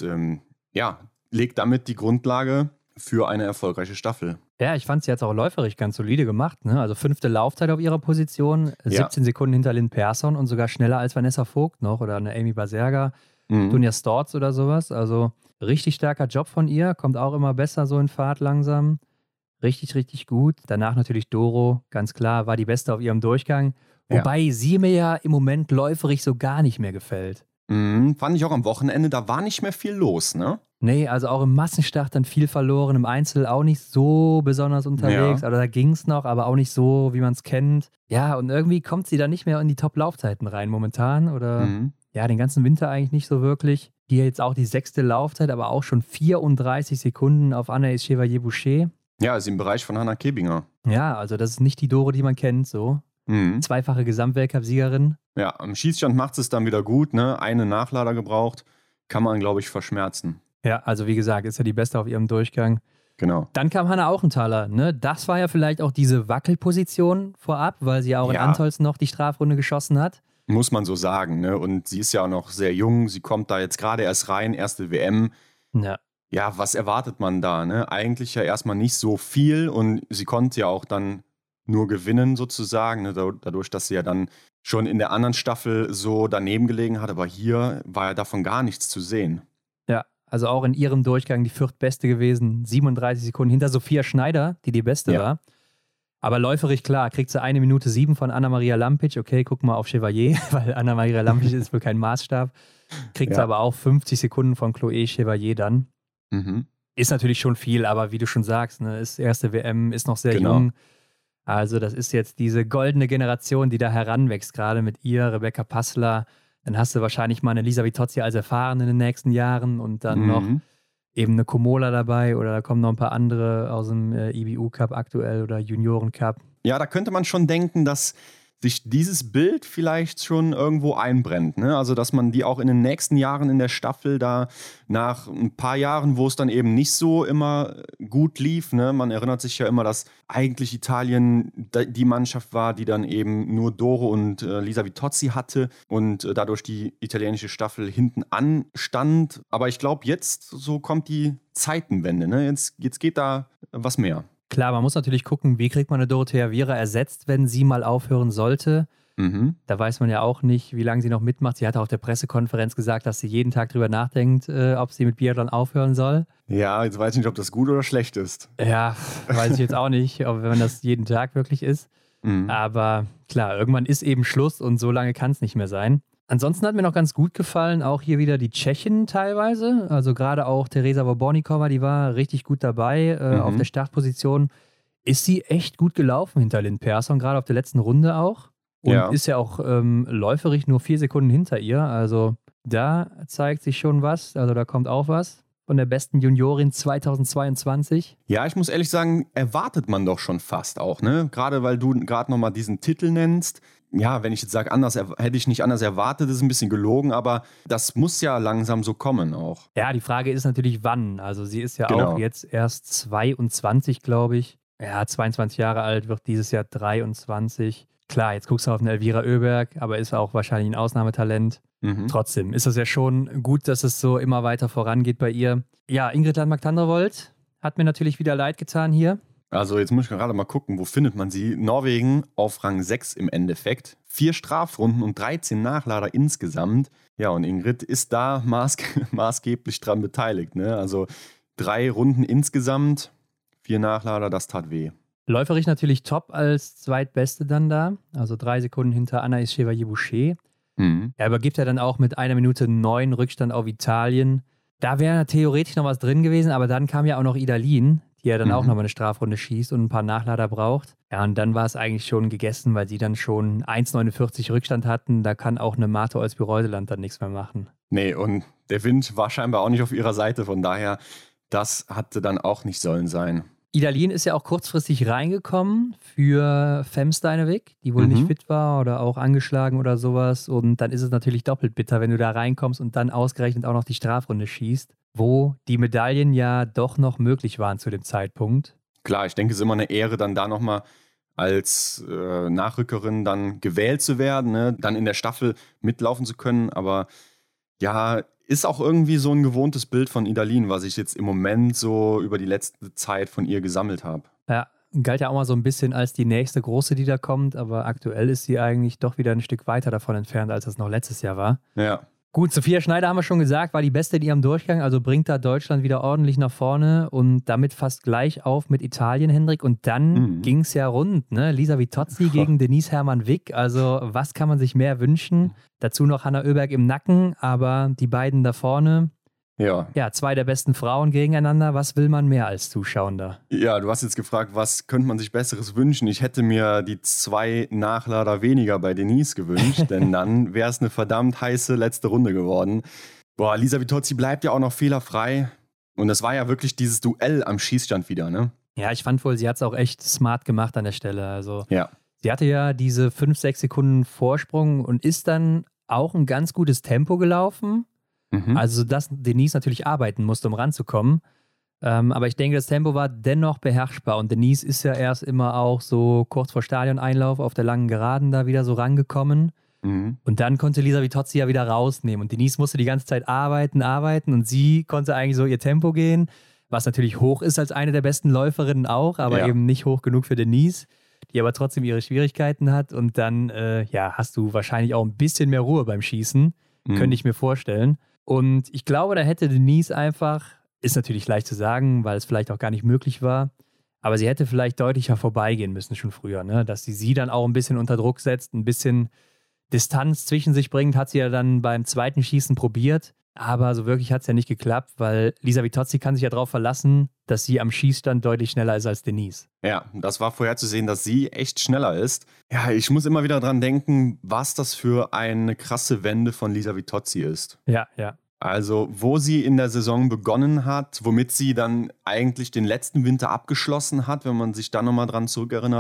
legt damit die Grundlage für eine erfolgreiche Staffel. Ja, ich fand sie jetzt auch läuferisch ganz solide gemacht. Ne? Also 5. Laufzeit auf ihrer Position, 17 Sekunden hinter Lynn Persson und sogar schneller als Vanessa Vogt noch oder eine Amy Baserga, Dunja Storz oder sowas. Also richtig starker Job von ihr, kommt auch immer besser so in Fahrt langsam. Richtig, richtig gut. Danach natürlich Doro, ganz klar, war die Beste auf ihrem Durchgang. Wobei sie mir ja im Moment läuferisch so gar nicht mehr gefällt. Fand ich auch am Wochenende, da war nicht mehr viel los, ne? Nee, also auch im Massenstart dann viel verloren, im Einzel auch nicht so besonders unterwegs, also da ging es noch, aber auch nicht so, wie man es kennt. Ja, und irgendwie kommt sie dann nicht mehr in die Top-Laufzeiten rein momentan oder den ganzen Winter eigentlich nicht so wirklich. Hier jetzt auch die 6. Laufzeit, aber auch schon 34 Sekunden auf Anaïs Chevalier-Boucher. Ja, ist im Bereich von Hannah Kebinger. Ja, also das ist nicht die Doro, die man kennt, so. Zweifache Gesamtweltcup-Siegerin. Ja, am Schießstand macht es dann wieder gut, ne? Eine Nachlader gebraucht, kann man, glaube ich, verschmerzen. Ja, also wie gesagt, ist ja die Beste auf ihrem Durchgang. Genau. Dann kam Hannah Auchenthaler, ne? Das war ja vielleicht auch diese Wackelposition vorab, weil sie ja auch in Antolz noch die Strafrunde geschossen hat. Muss man so sagen, ne? Und sie ist ja auch noch sehr jung, sie kommt da jetzt gerade erst rein, erste WM. Ja, was erwartet man da, ne? Eigentlich ja erstmal nicht so viel und sie konnte ja auch dann nur gewinnen sozusagen, ne? Dadurch, dass sie ja dann schon in der anderen Staffel so daneben gelegen hat, aber hier war ja davon gar nichts zu sehen. Ja, also auch in ihrem Durchgang die viertbeste gewesen, 37 Sekunden hinter Sophia Schneider, die Beste war. Aber läuferisch, klar, kriegt sie 1 Minute 7 von Anna-Maria Lampic. Okay, guck mal auf Chevalier, weil Anna-Maria Lampic ist wohl kein Maßstab. Kriegt sie aber auch 50 Sekunden von Chloé Chevalier dann. Ist natürlich schon viel, aber wie du schon sagst, ne, ist erste WM, ist noch sehr jung. Also das ist jetzt diese goldene Generation, die da heranwächst, gerade mit ihr, Rebecca Passler. Dann hast du wahrscheinlich mal eine Lisa Vitozzi als Erfahrene in den nächsten Jahren und dann noch eben eine Komola dabei oder da kommen noch ein paar andere aus dem IBU-Cup aktuell oder Junioren-Cup. Ja, da könnte man schon denken, dass sich dieses Bild vielleicht schon irgendwo einbrennt. Ne? Also, dass man die auch in den nächsten Jahren in der Staffel da nach ein paar Jahren, wo es dann eben nicht so immer gut lief, ne? Man erinnert sich ja immer, dass eigentlich Italien die Mannschaft war, die dann eben nur Doro und Lisa Vitozzi hatte und dadurch die italienische Staffel hinten anstand. Aber ich glaube, jetzt so kommt die Zeitenwende. Ne? Jetzt geht da was mehr. Klar, man muss natürlich gucken, wie kriegt man eine Dorothea Viera ersetzt, wenn sie mal aufhören sollte. Da weiß man ja auch nicht, wie lange sie noch mitmacht. Sie hat auf der Pressekonferenz gesagt, dass sie jeden Tag drüber nachdenkt, ob sie mit Biathlon aufhören soll. Ja, jetzt weiß ich nicht, ob das gut oder schlecht ist. Ja, weiß ich jetzt auch nicht, wenn das jeden Tag wirklich ist. Aber klar, irgendwann ist eben Schluss und so lange kann es nicht mehr sein. Ansonsten hat mir noch ganz gut gefallen, auch hier wieder die Tschechen teilweise. Also gerade auch Teresa Voborníková, die war richtig gut dabei auf der Startposition. Ist sie echt gut gelaufen hinter Lynn Persson, gerade auf der letzten Runde auch. Und ist ja auch läuferisch nur 4 Sekunden hinter ihr. Also da zeigt sich schon was. Also da kommt auch was von der besten Juniorin 2022. Ja, ich muss ehrlich sagen, erwartet man doch schon fast auch, ne? Gerade weil du gerade nochmal diesen Titel nennst. Ja, wenn ich jetzt sage, hätte ich nicht anders erwartet, ist ein bisschen gelogen, aber das muss ja langsam so kommen auch. Ja, die Frage ist natürlich, wann. Also sie ist ja auch jetzt erst 22, glaube ich. Ja, 22 Jahre alt, wird dieses Jahr 23. Klar, jetzt guckst du auf eine Elvira Oeberg, aber ist auch wahrscheinlich ein Ausnahmetalent. Trotzdem ist das ja schon gut, dass es so immer weiter vorangeht bei ihr. Ja, Ingrid Landmark-Tandrevold hat mir natürlich wieder leid getan hier. Also jetzt muss ich gerade mal gucken, wo findet man sie? Norwegen auf Rang 6 im Endeffekt. 4 Strafrunden und 13 Nachlader insgesamt. Ja, und Ingrid ist da maßgeblich dran beteiligt. Ne? Also 3 Runden insgesamt, 4 Nachlader, das tat weh. Läuferisch natürlich top als Zweitbeste dann da. Also 3 Sekunden hinter Anaïs Chevalier-Boucher. Er übergibt ja dann auch mit 1 Minute 9 Rückstand auf Italien. Da wäre theoretisch noch was drin gewesen, aber dann kam ja auch noch Idalin, die ja dann auch nochmal eine Strafrunde schießt und ein paar Nachlader braucht. Ja, und dann war es eigentlich schon gegessen, weil sie dann schon 1,49 Rückstand hatten. Da kann auch eine Martha Olsby-Reuseland dann nichts mehr machen. Nee, und der Wind war scheinbar auch nicht auf ihrer Seite. Von daher, das hatte dann auch nicht sollen sein. Idalin ist ja auch kurzfristig reingekommen für Fem Steinevik, die wohl nicht fit war oder auch angeschlagen oder sowas. Und dann ist es natürlich doppelt bitter, wenn du da reinkommst und dann ausgerechnet auch noch die Strafrunde schießt, wo die Medaillen ja doch noch möglich waren zu dem Zeitpunkt. Klar, ich denke, es ist immer eine Ehre, dann da nochmal als Nachrückerin dann gewählt zu werden, ne? Dann in der Staffel mitlaufen zu können. Aber ja, ist auch irgendwie so ein gewohntes Bild von Idalin, was ich jetzt im Moment so über die letzte Zeit von ihr gesammelt habe. Ja, galt ja auch mal so ein bisschen als die nächste große, die da kommt, aber aktuell ist sie eigentlich doch wieder ein Stück weiter davon entfernt, als das noch letztes Jahr war. Ja. Gut, Sophia Schneider haben wir schon gesagt, war die Beste in ihrem Durchgang, also bringt da Deutschland wieder ordentlich nach vorne und damit fast gleich auf mit Italien, Hendrik. Und dann ging es ja rund, ne? Lisa Vitozzi gegen Denise Hermann-Wick, also was kann man sich mehr wünschen? Dazu noch Hanna Oeberg im Nacken, aber die beiden da vorne, ja, 2 der besten Frauen gegeneinander, was will man mehr als Zuschauender? Ja, du hast jetzt gefragt, was könnte man sich Besseres wünschen? Ich hätte mir die 2 Nachlader weniger bei Denise gewünscht, denn dann wäre es eine verdammt heiße letzte Runde geworden. Boah, Lisa Vitozzi bleibt ja auch noch fehlerfrei und das war ja wirklich dieses Duell am Schießstand wieder, ne? Ja, ich fand wohl, sie hat es auch echt smart gemacht an der Stelle, also ja. Sie hatte ja diese 5-6 Sekunden Vorsprung und ist dann auch ein ganz gutes Tempo gelaufen. Also, dass Denise natürlich arbeiten musste, um ranzukommen. Aber ich denke, das Tempo war dennoch beherrschbar. Und Denise ist ja erst immer auch so kurz vor Stadioneinlauf auf der langen Geraden da wieder so rangekommen. Und dann konnte Lisa Vitozzi ja wieder rausnehmen. Und Denise musste die ganze Zeit arbeiten. Und sie konnte eigentlich so ihr Tempo gehen, was natürlich hoch ist als eine der besten Läuferinnen auch, aber eben nicht hoch genug für Denise, die aber trotzdem ihre Schwierigkeiten hat. Und dann hast du wahrscheinlich auch ein bisschen mehr Ruhe beim Schießen, könnte ich mir vorstellen. Und ich glaube, da hätte Denise einfach, ist natürlich leicht zu sagen, weil es vielleicht auch gar nicht möglich war, aber sie hätte vielleicht deutlicher vorbeigehen müssen schon früher, ne? Dass sie dann auch ein bisschen unter Druck setzt, ein bisschen Distanz zwischen sich bringt, hat sie ja dann beim zweiten Schießen probiert. Aber so wirklich hat es ja nicht geklappt, weil Lisa Vitozzi kann sich ja darauf verlassen, dass sie am Schießstand deutlich schneller ist als Denise. Ja, das war vorherzusehen, dass sie echt schneller ist. Ja, ich muss immer wieder dran denken, was das für eine krasse Wende von Lisa Vitozzi ist. Ja. Also, wo sie in der Saison begonnen hat, womit sie dann eigentlich den letzten Winter abgeschlossen hat, wenn man sich da nochmal dran zurückerinnert,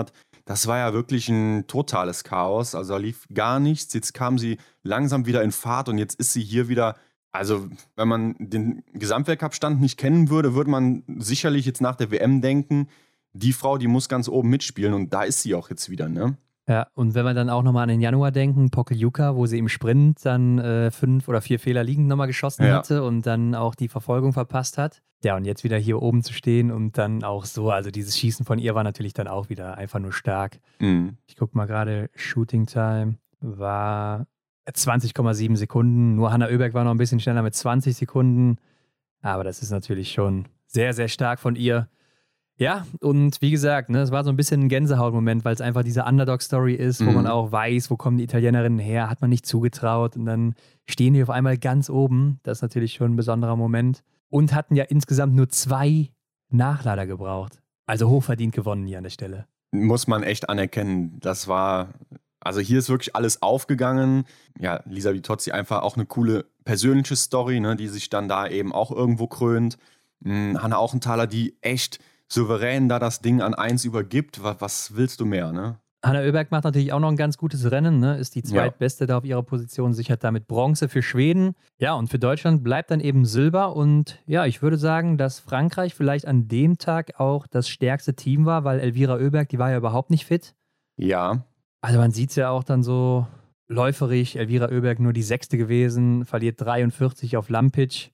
das war ja wirklich ein totales Chaos. Also da lief gar nichts. Jetzt kam sie langsam wieder in Fahrt und jetzt ist sie hier wieder. Also, wenn man den Gesamtweltcup-Stand nicht kennen würde, würde man sicherlich jetzt nach der WM denken, die Frau, die muss ganz oben mitspielen und da ist sie auch jetzt wieder, ne? Ja, und wenn wir dann auch nochmal an den Januar denken, Pokljuka, wo sie im Sprint dann 5 oder 4 Fehler liegend nochmal geschossen hatte und dann auch die Verfolgung verpasst hat. Ja, und jetzt wieder hier oben zu stehen und dann auch so, also dieses Schießen von ihr war natürlich dann auch wieder einfach nur stark. Ich gucke mal gerade, Shooting Time war 20,7 Sekunden. Nur Hanna Öberg war noch ein bisschen schneller mit 20 Sekunden. Aber das ist natürlich schon sehr, sehr stark von ihr. Ja, und wie gesagt, ne, es war so ein bisschen ein Gänsehautmoment, weil es einfach diese Underdog-Story ist, wo man auch weiß, wo kommen die Italienerinnen her, hat man nicht zugetraut. Und dann stehen die auf einmal ganz oben. Das ist natürlich schon ein besonderer Moment. Und hatten ja insgesamt nur 2 Nachlader gebraucht. Also hochverdient gewonnen hier an der Stelle. Muss man echt anerkennen. Das war... Also hier ist wirklich alles aufgegangen. Ja, Lisa Vitozzi einfach auch eine coole persönliche Story, ne, die sich dann da eben auch irgendwo krönt. Hanna Auchenthaler, die echt souverän da das Ding an 1 übergibt. Was willst du mehr, ne? Hanna Öberg macht natürlich auch noch ein ganz gutes Rennen, ne? Ist die zweitbeste da auf ihrer Position, sichert damit Bronze für Schweden. Ja, und für Deutschland bleibt dann eben Silber. Und ja, ich würde sagen, dass Frankreich vielleicht an dem Tag auch das stärkste Team war, weil Elvira Oeberg, die war ja überhaupt nicht fit. Ja. Also man sieht es ja auch dann so läuferig, Elvira Oeberg nur die 6. gewesen, verliert 43 auf Lampic.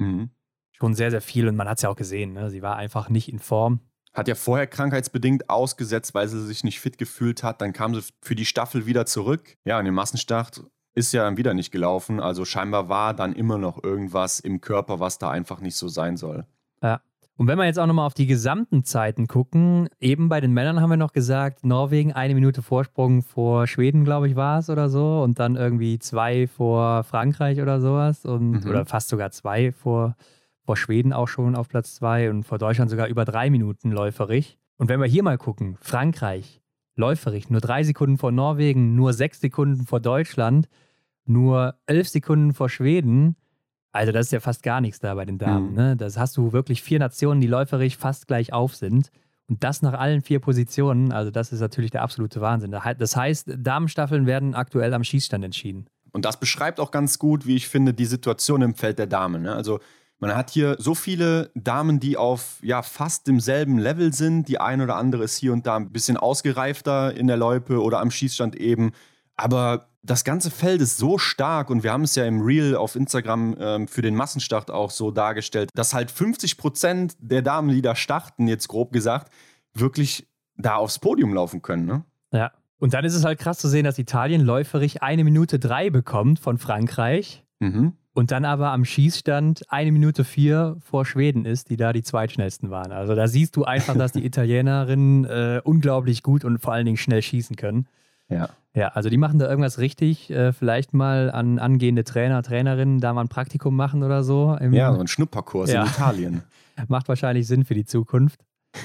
Schon sehr, sehr viel und man hat es ja auch gesehen, ne? Sie war einfach nicht in Form. Hat ja vorher krankheitsbedingt ausgesetzt, weil sie sich nicht fit gefühlt hat. Dann kam sie für die Staffel wieder zurück. Ja, und den Massenstart ist ja dann wieder nicht gelaufen. Also scheinbar war dann immer noch irgendwas im Körper, was da einfach nicht so sein soll. Ja. Und wenn wir jetzt auch nochmal auf die gesamten Zeiten gucken, eben bei den Männern haben wir noch gesagt, Norwegen 1 Minute Vorsprung vor Schweden, glaube ich, war es oder so. Und dann irgendwie 2 vor Frankreich oder sowas. Oder fast sogar 2 vor Schweden auch schon auf Platz 2 und vor Deutschland sogar über 3 Minuten läuferig. Und wenn wir hier mal gucken, Frankreich läuferig, nur 3 Sekunden vor Norwegen, nur 6 Sekunden vor Deutschland, nur 11 Sekunden vor Schweden. Also das ist ja fast gar nichts da bei den Damen. Ne? Das hast du wirklich 4 Nationen, die läuferisch fast gleich auf sind. Und das nach allen 4 Positionen. Also das ist natürlich der absolute Wahnsinn. Das heißt, Damenstaffeln werden aktuell am Schießstand entschieden. Und das beschreibt auch ganz gut, wie ich finde, die Situation im Feld der Damen. Ne? Also man hat hier so viele Damen, die auf fast demselben Level sind. Die eine oder andere ist hier und da ein bisschen ausgereifter in der Loipe oder am Schießstand eben. Aber das ganze Feld ist so stark und wir haben es ja im Reel auf Instagram für den Massenstart auch so dargestellt, dass halt 50% der Damen, die da starten, jetzt grob gesagt, wirklich da aufs Podium laufen können. Ne? Ja, und dann ist es halt krass zu sehen, dass Italien läuferig 1 Minute 3 bekommt von Frankreich und dann aber am Schießstand 1 Minute 4 vor Schweden ist, die da die zweitschnellsten waren. Also da siehst du einfach, dass die Italienerinnen unglaublich gut und vor allen Dingen schnell schießen können. Ja, also die machen da irgendwas richtig. Vielleicht mal an angehende Trainer, Trainerinnen da mal ein Praktikum machen oder so. So ein Schnupperkurs in Italien. Macht wahrscheinlich Sinn für die Zukunft.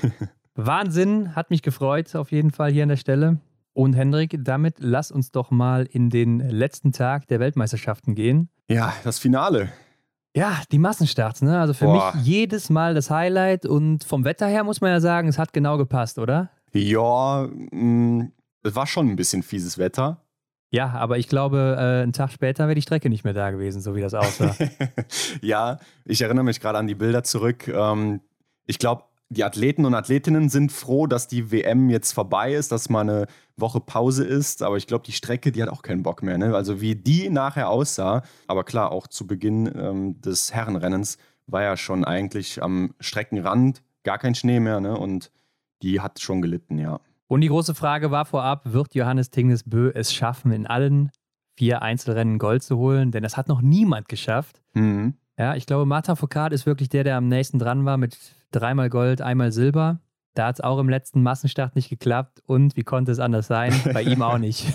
Wahnsinn, hat mich gefreut auf jeden Fall hier an der Stelle. Und Hendrik, damit lass uns doch mal in den letzten Tag der Weltmeisterschaften gehen. Ja, das Finale. Ja, die Massenstarts, ne? Also für mich jedes Mal das Highlight und vom Wetter her muss man ja sagen, es hat genau gepasst, oder? Ja, es war schon ein bisschen fieses Wetter. Ja, aber ich glaube, einen Tag später wäre die Strecke nicht mehr da gewesen, so wie das aussah. Ja, ich erinnere mich gerade an die Bilder zurück. Ich glaube, die Athleten und Athletinnen sind froh, dass die WM jetzt vorbei ist, dass mal eine Woche Pause ist. Aber ich glaube, die Strecke, die hat auch keinen Bock mehr. Ne? Also wie die nachher aussah. Aber klar, auch zu Beginn des Herrenrennens war ja schon eigentlich am Streckenrand gar kein Schnee mehr. Ne? Und die hat schon gelitten, ja. Und die große Frage war vorab, wird Johannes Tingnes-Bö es schaffen, in allen 4 Einzelrennen Gold zu holen? Denn das hat noch niemand geschafft. Ja, ich glaube, Martin Fourcade ist wirklich der am nächsten dran war mit 3-mal Gold, 1-mal Silber. Da hat es auch im letzten Massenstart nicht geklappt. Und wie konnte es anders sein? Bei ihm auch nicht.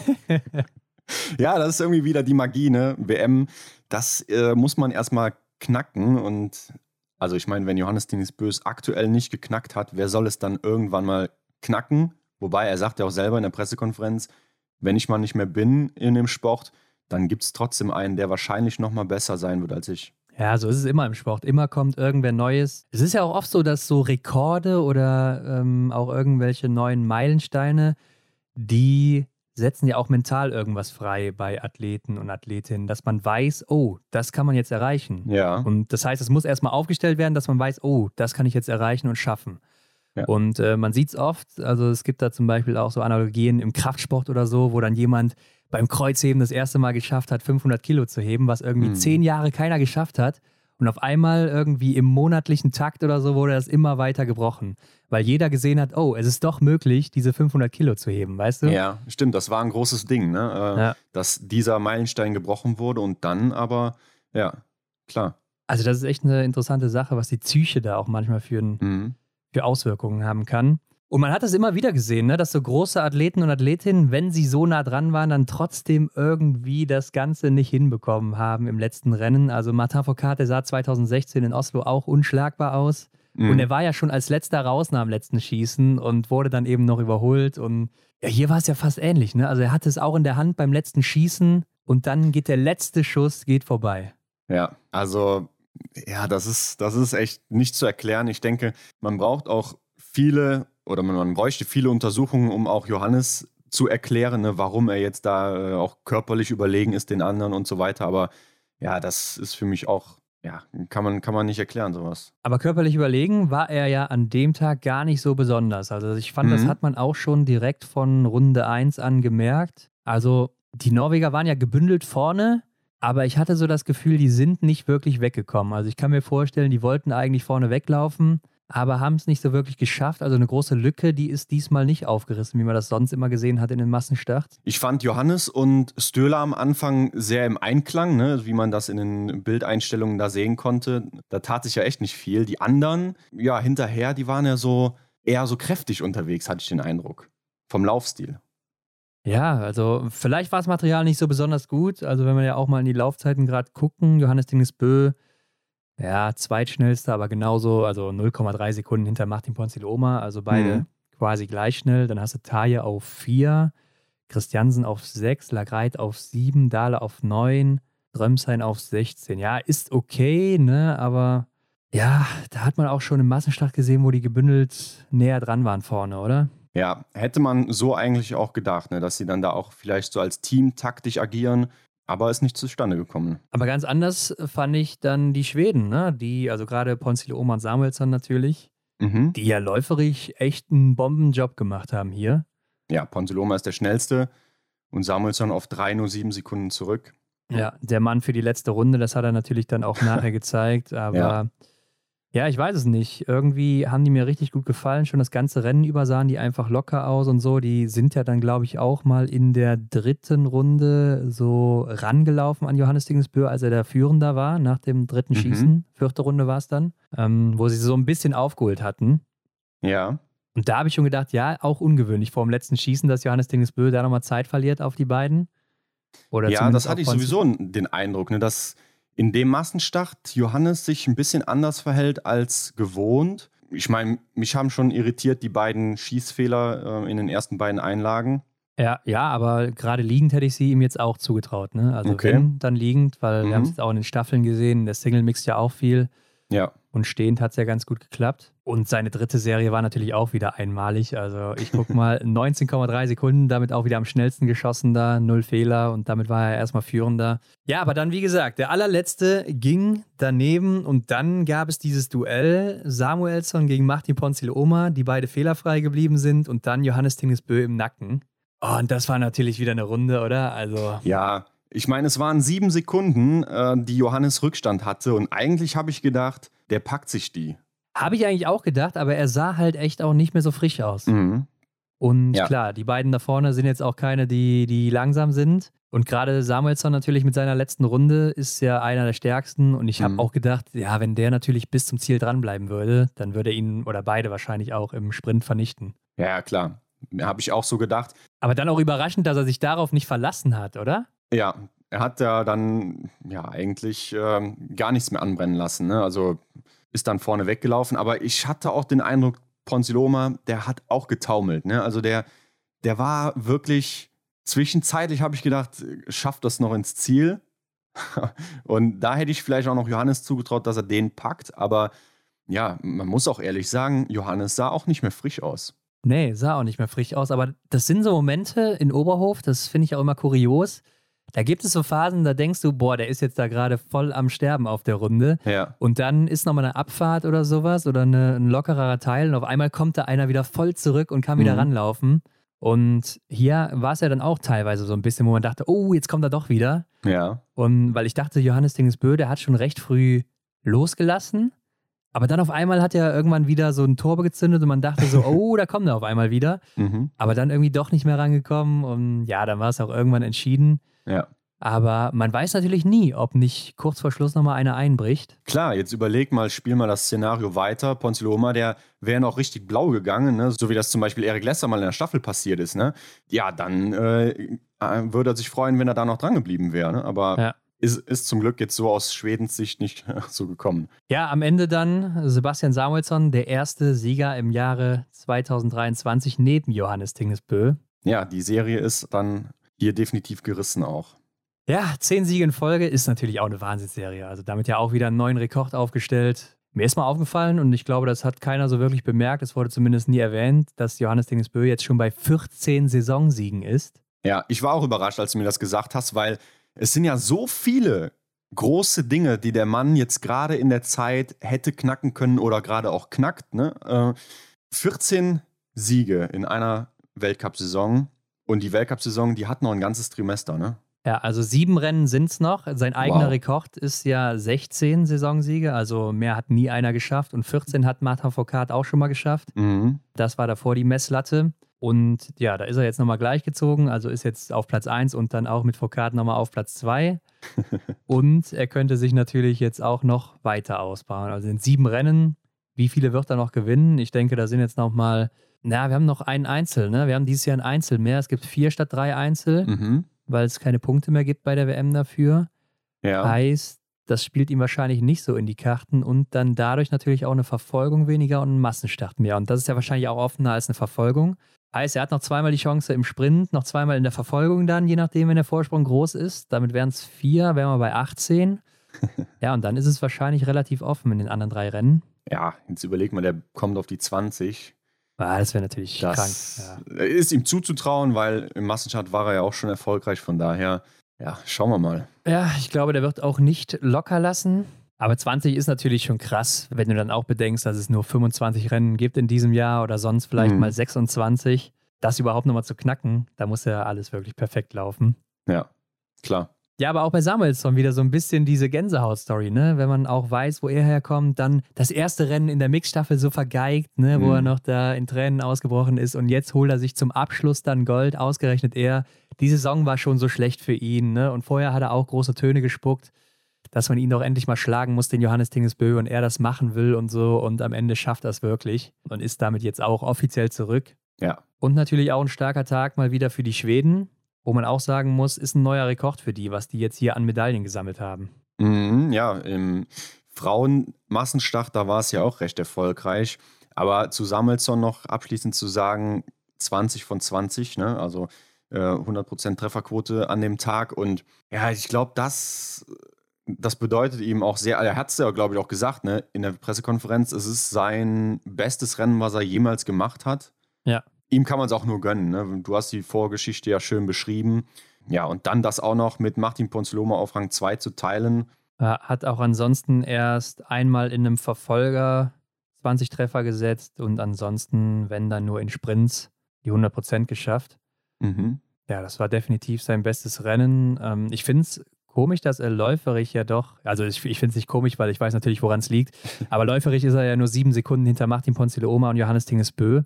Ja, das ist irgendwie wieder die Magie, ne? WM, das muss man erstmal knacken. Und also ich meine, wenn Johannes Tingnes-Bö es aktuell nicht geknackt hat, wer soll es dann irgendwann mal knacken? Wobei, er sagt ja auch selber in der Pressekonferenz, wenn ich mal nicht mehr bin in dem Sport, dann gibt es trotzdem einen, der wahrscheinlich noch mal besser sein wird als ich. Ja, so ist es immer im Sport. Immer kommt irgendwer Neues. Es ist ja auch oft so, dass so Rekorde oder auch irgendwelche neuen Meilensteine die setzen ja auch mental irgendwas frei bei Athleten und Athletinnen, dass man weiß, oh, das kann man jetzt erreichen. Ja. Und das heißt, es muss erstmal aufgestellt werden, dass man weiß, oh, das kann ich jetzt erreichen und schaffen. Ja. Und man sieht es oft, also es gibt da zum Beispiel auch so Analogien im Kraftsport oder so, wo dann jemand beim Kreuzheben das erste Mal geschafft hat, 500 Kilo zu heben, was irgendwie 10 Jahre keiner geschafft hat. Und auf einmal irgendwie im monatlichen Takt oder so wurde das immer weiter gebrochen. Weil jeder gesehen hat, oh, es ist doch möglich, diese 500 Kilo zu heben, weißt du? Ja, stimmt, das war ein großes Ding, ne? Dass dieser Meilenstein gebrochen wurde und dann aber, ja, klar. Also das ist echt eine interessante Sache, was die Psyche da auch manchmal für Auswirkungen haben kann. Und man hat das immer wieder gesehen, ne, dass so große Athleten und Athletinnen, wenn sie so nah dran waren, dann trotzdem irgendwie das Ganze nicht hinbekommen haben im letzten Rennen. Also Martin Fourcade, der sah 2016 in Oslo auch unschlagbar aus. Und er war ja schon als letzter raus nach dem letzten Schießen und wurde dann eben noch überholt. Und ja, hier war es ja fast ähnlich, ne? Also er hatte es auch in der Hand beim letzten Schießen und dann geht der letzte Schuss vorbei. Ja, also ja, das ist echt nicht zu erklären. Ich denke, man braucht auch man bräuchte viele Untersuchungen, um auch Johannes zu erklären, ne, warum er jetzt da auch körperlich überlegen ist den anderen und so weiter. Aber ja, das ist für mich auch, ja, kann man nicht erklären, sowas. Aber körperlich überlegen war er ja an dem Tag gar nicht so besonders. Also ich fand, das hat man auch schon direkt von Runde 1 an gemerkt. Also die Norweger waren ja gebündelt vorne, aber ich hatte so das Gefühl, die sind nicht wirklich weggekommen. Also ich kann mir vorstellen, die wollten eigentlich vorne weglaufen, aber haben es nicht so wirklich geschafft. Also eine große Lücke, die ist diesmal nicht aufgerissen, wie man das sonst immer gesehen hat in den Massenstarts. Ich fand Johannes und Stöhler am Anfang sehr im Einklang, ne, wie man das in den Bildeinstellungen da sehen konnte. Da tat sich ja echt nicht viel. Die anderen, ja, hinterher, die waren ja eher so kräftig unterwegs, hatte ich den Eindruck. Vom Laufstil. Ja, also vielleicht war das Material nicht so besonders gut. Also wenn wir ja auch mal in die Laufzeiten gerade gucken, Johannes Dingesbø, ja, zweitschnellster, aber genauso, also 0,3 Sekunden hinter Martin Ponsiluoma, also beide quasi gleich schnell. Dann hast du Taje auf 4, Christiansen auf 6, Lagreit auf 7, Dahle auf 9, Römsheim auf 16. Ja, ist okay, ne, aber ja, da hat man auch schon im Massenstart gesehen, wo die gebündelt näher dran waren vorne, oder? Ja, hätte man so eigentlich auch gedacht, ne, dass sie dann da auch vielleicht so als Team taktisch agieren, aber ist nicht zustande gekommen. Aber ganz anders fand ich dann die Schweden, ne? Die, also gerade Ponsiluoma und Samuelsson natürlich, die ja läuferisch echt einen Bombenjob gemacht haben hier. Ja, Ponsiluoma ist der schnellste und Samuelsson auf 3:07 Sekunden zurück. Ja, der Mann für die letzte Runde, das hat er natürlich dann auch nachher gezeigt, aber ja, ich weiß es nicht. Irgendwie haben die mir richtig gut gefallen. Schon das ganze Rennen über sahen die einfach locker aus und so. Die sind ja dann, glaube ich, auch mal in der 3. Runde so rangelaufen an Johannes Dingesbø, als er der Führender war, nach dem 3. Schießen. 4. Runde war es dann, wo sie so ein bisschen aufgeholt hatten. Ja. Und da habe ich schon gedacht, ja, auch ungewöhnlich vor dem letzten Schießen, dass Johannes Dingesbø da nochmal Zeit verliert auf die beiden. Oder ja, das hatte ich sowieso den Eindruck, ne, dass in dem Massenstart Johannes sich ein bisschen anders verhält als gewohnt. Ich meine, mich haben schon irritiert die beiden Schießfehler in den ersten beiden Einlagen. Ja, aber gerade liegend hätte ich sie ihm jetzt auch zugetraut. Ne? Also wenn, dann liegend, weil wir haben es jetzt auch in den Staffeln gesehen, der Single mixt ja auch viel. Ja. Und stehend hat es ja ganz gut geklappt. Und seine 3. Serie war natürlich auch wieder einmalig. Also ich guck mal, 19,3 Sekunden, damit auch wieder am schnellsten geschossen da, 0 Fehler und damit war er erstmal Führender. Ja, aber dann, wie gesagt, der allerletzte ging daneben und dann gab es dieses Duell Samuelsson gegen Martin Ponsiluoma, die beide fehlerfrei geblieben sind und dann Johannes Dingesbø im Nacken. Oh, und das war natürlich wieder eine Runde, oder? Also ja, ich meine, es waren 7 Sekunden, die Johannes Rückstand hatte und eigentlich habe ich gedacht, der packt sich die. Habe ich eigentlich auch gedacht, aber er sah halt echt auch nicht mehr so frisch aus. Und klar, die beiden da vorne sind jetzt auch keine, die langsam sind. Und gerade Samuelsson natürlich mit seiner letzten Runde ist ja einer der stärksten. Und ich habe auch gedacht, ja, wenn der natürlich bis zum Ziel dranbleiben würde, dann würde er ihn oder beide wahrscheinlich auch im Sprint vernichten. Ja, klar. Habe ich auch so gedacht. Aber dann auch überraschend, dass er sich darauf nicht verlassen hat, oder? Ja, er hat ja dann eigentlich gar nichts mehr anbrennen lassen. Ne? Also ist dann vorne weggelaufen. Aber ich hatte auch den Eindruck, Ponsiluoma, der hat auch getaumelt. Ne? Also der war wirklich, zwischenzeitlich habe ich gedacht, schafft das noch ins Ziel. Und da hätte ich vielleicht auch noch Johannes zugetraut, dass er den packt. Aber ja, man muss auch ehrlich sagen, Johannes sah auch nicht mehr frisch aus. Nee, sah auch nicht mehr frisch aus. Aber das sind so Momente in Oberhof, das finde ich auch immer kurios. Da gibt es so Phasen, da denkst du, boah, der ist jetzt da gerade voll am Sterben auf der Runde. Ja. Und dann ist nochmal eine Abfahrt oder sowas oder ein lockerer Teil und auf einmal kommt da einer wieder voll zurück und kann wieder ranlaufen. Und hier war es ja dann auch teilweise so ein bisschen, wo man dachte, oh, jetzt kommt er doch wieder. Ja. Und weil ich dachte, Johannes Dingesbö, der hat schon recht früh losgelassen. Aber dann auf einmal hat er irgendwann wieder so ein Tor gezündet und man dachte so, oh, da kommt er auf einmal wieder. Aber dann irgendwie doch nicht mehr rangekommen und ja, dann war es auch irgendwann entschieden. Ja. Aber man weiß natürlich nie, ob nicht kurz vor Schluss nochmal einer einbricht. Klar, jetzt überleg mal, spiel mal das Szenario weiter. Ponce Leoma, der wäre noch richtig blau gegangen, ne? So wie das zum Beispiel Erik Lesser mal in der Staffel passiert ist. Ne? Ja, dann würde er sich freuen, wenn er da noch dran geblieben wäre. Ne? Aber ist zum Glück jetzt so aus Schwedens Sicht nicht so gekommen. Ja, am Ende dann Sebastian Samuelsson, der erste Sieger im Jahre 2023 neben Johannes Dingesbö. Ja, die Serie ist dann hier definitiv gerissen auch. Ja, 10 Siege in Folge ist natürlich auch eine Wahnsinnsserie. Also damit ja auch wieder einen neuen Rekord aufgestellt. Mir ist mal aufgefallen und ich glaube, das hat keiner so wirklich bemerkt, es wurde zumindest nie erwähnt, dass Johannes Dingesbö jetzt schon bei 14 Saisonsiegen ist. Ja, ich war auch überrascht, als du mir das gesagt hast, weil es sind ja so viele große Dinge, die der Mann jetzt gerade in der Zeit hätte knacken können oder gerade auch knackt. Ne? 14 Siege in einer Weltcup-Saison und die Weltcup-Saison, die hat noch ein ganzes Trimester, ne? Ja, also 7 Rennen sind es noch. Sein eigener Rekord ist ja 16 Saisonsiege, also mehr hat nie einer geschafft. Und 14 hat Martin Fourcade auch schon mal geschafft. Das war davor die Messlatte. Und ja, da ist er jetzt nochmal gleichgezogen, also ist jetzt auf Platz 1 und dann auch mit Fourcade nochmal auf Platz 2. Und er könnte sich natürlich jetzt auch noch weiter ausbauen. Also in 7 Rennen, wie viele wird er noch gewinnen? Ich denke, da sind jetzt nochmal, wir haben noch einen Einzel, ne? Wir haben dieses Jahr ein Einzel mehr. Es gibt 4 statt 3 Einzel. Weil es keine Punkte mehr gibt bei der WM dafür. Ja. Heißt, das spielt ihm wahrscheinlich nicht so in die Karten und dann dadurch natürlich auch eine Verfolgung weniger und ein Massenstart mehr. Und das ist ja wahrscheinlich auch offener als eine Verfolgung. Heißt, er hat noch zweimal die Chance im Sprint, noch zweimal in der Verfolgung dann, je nachdem, wenn der Vorsprung groß ist. Damit wären es 4, wären wir bei 18. Ja, und dann ist es wahrscheinlich relativ offen in den anderen 3 Rennen. Ja, jetzt überleg mal, der kommt auf die 20. Das wäre natürlich krank. Ja. Ist ihm zuzutrauen, weil im Massenstart war er ja auch schon erfolgreich. Von daher, ja, schauen wir mal. Ja, ich glaube, der wird auch nicht locker lassen. Aber 20 ist natürlich schon krass, wenn du dann auch bedenkst, dass es nur 25 Rennen gibt in diesem Jahr oder sonst vielleicht mal 26. Das überhaupt nochmal zu knacken, da muss ja alles wirklich perfekt laufen. Ja, klar. Ja, aber auch bei Samuelsson wieder so ein bisschen diese Gänsehaut-Story, ne? Wenn man auch weiß, wo er herkommt, dann das erste Rennen in der Mixstaffel so vergeigt, ne? Wo er noch da in Tränen ausgebrochen ist und jetzt holt er sich zum Abschluss dann Gold, ausgerechnet er. Die Saison war schon so schlecht für ihn, ne? Und vorher hat er auch große Töne gespuckt, dass man ihn doch endlich mal schlagen muss, den Johannes Dingesbö, und er das machen will und so und am Ende schafft er es wirklich und ist damit jetzt auch offiziell zurück. Ja. Und natürlich auch ein starker Tag mal wieder für die Schweden, wo man auch sagen muss, ist ein neuer Rekord für die, was die jetzt hier an Medaillen gesammelt haben. Ja, im Frauenmassenstart, da war es ja auch recht erfolgreich. Aber zu Samuelsson noch abschließend zu sagen, 20 von 20, ne? Also 100% Trefferquote an dem Tag. Und ja, ich glaube, das bedeutet ihm auch sehr, er hat es ja, glaube ich, auch gesagt, ne, in der Pressekonferenz, es ist sein bestes Rennen, was er jemals gemacht hat. Ja. Ihm kann man es auch nur gönnen. Ne? Du hast die Vorgeschichte ja schön beschrieben. Ja, und dann das auch noch mit Martin Ponce Leoma auf Rang 2 zu teilen. Hat auch ansonsten erst einmal in einem Verfolger 20 Treffer gesetzt und ansonsten, wenn dann nur in Sprints, die 100% geschafft. Ja, das war definitiv sein bestes Rennen. Ich finde es komisch, dass er läuferisch ja doch, also ich finde es nicht komisch, weil ich weiß natürlich, woran es liegt, aber läuferisch ist er ja nur 7 Sekunden hinter Martin Ponce Leoma und Johannes Dingesbö.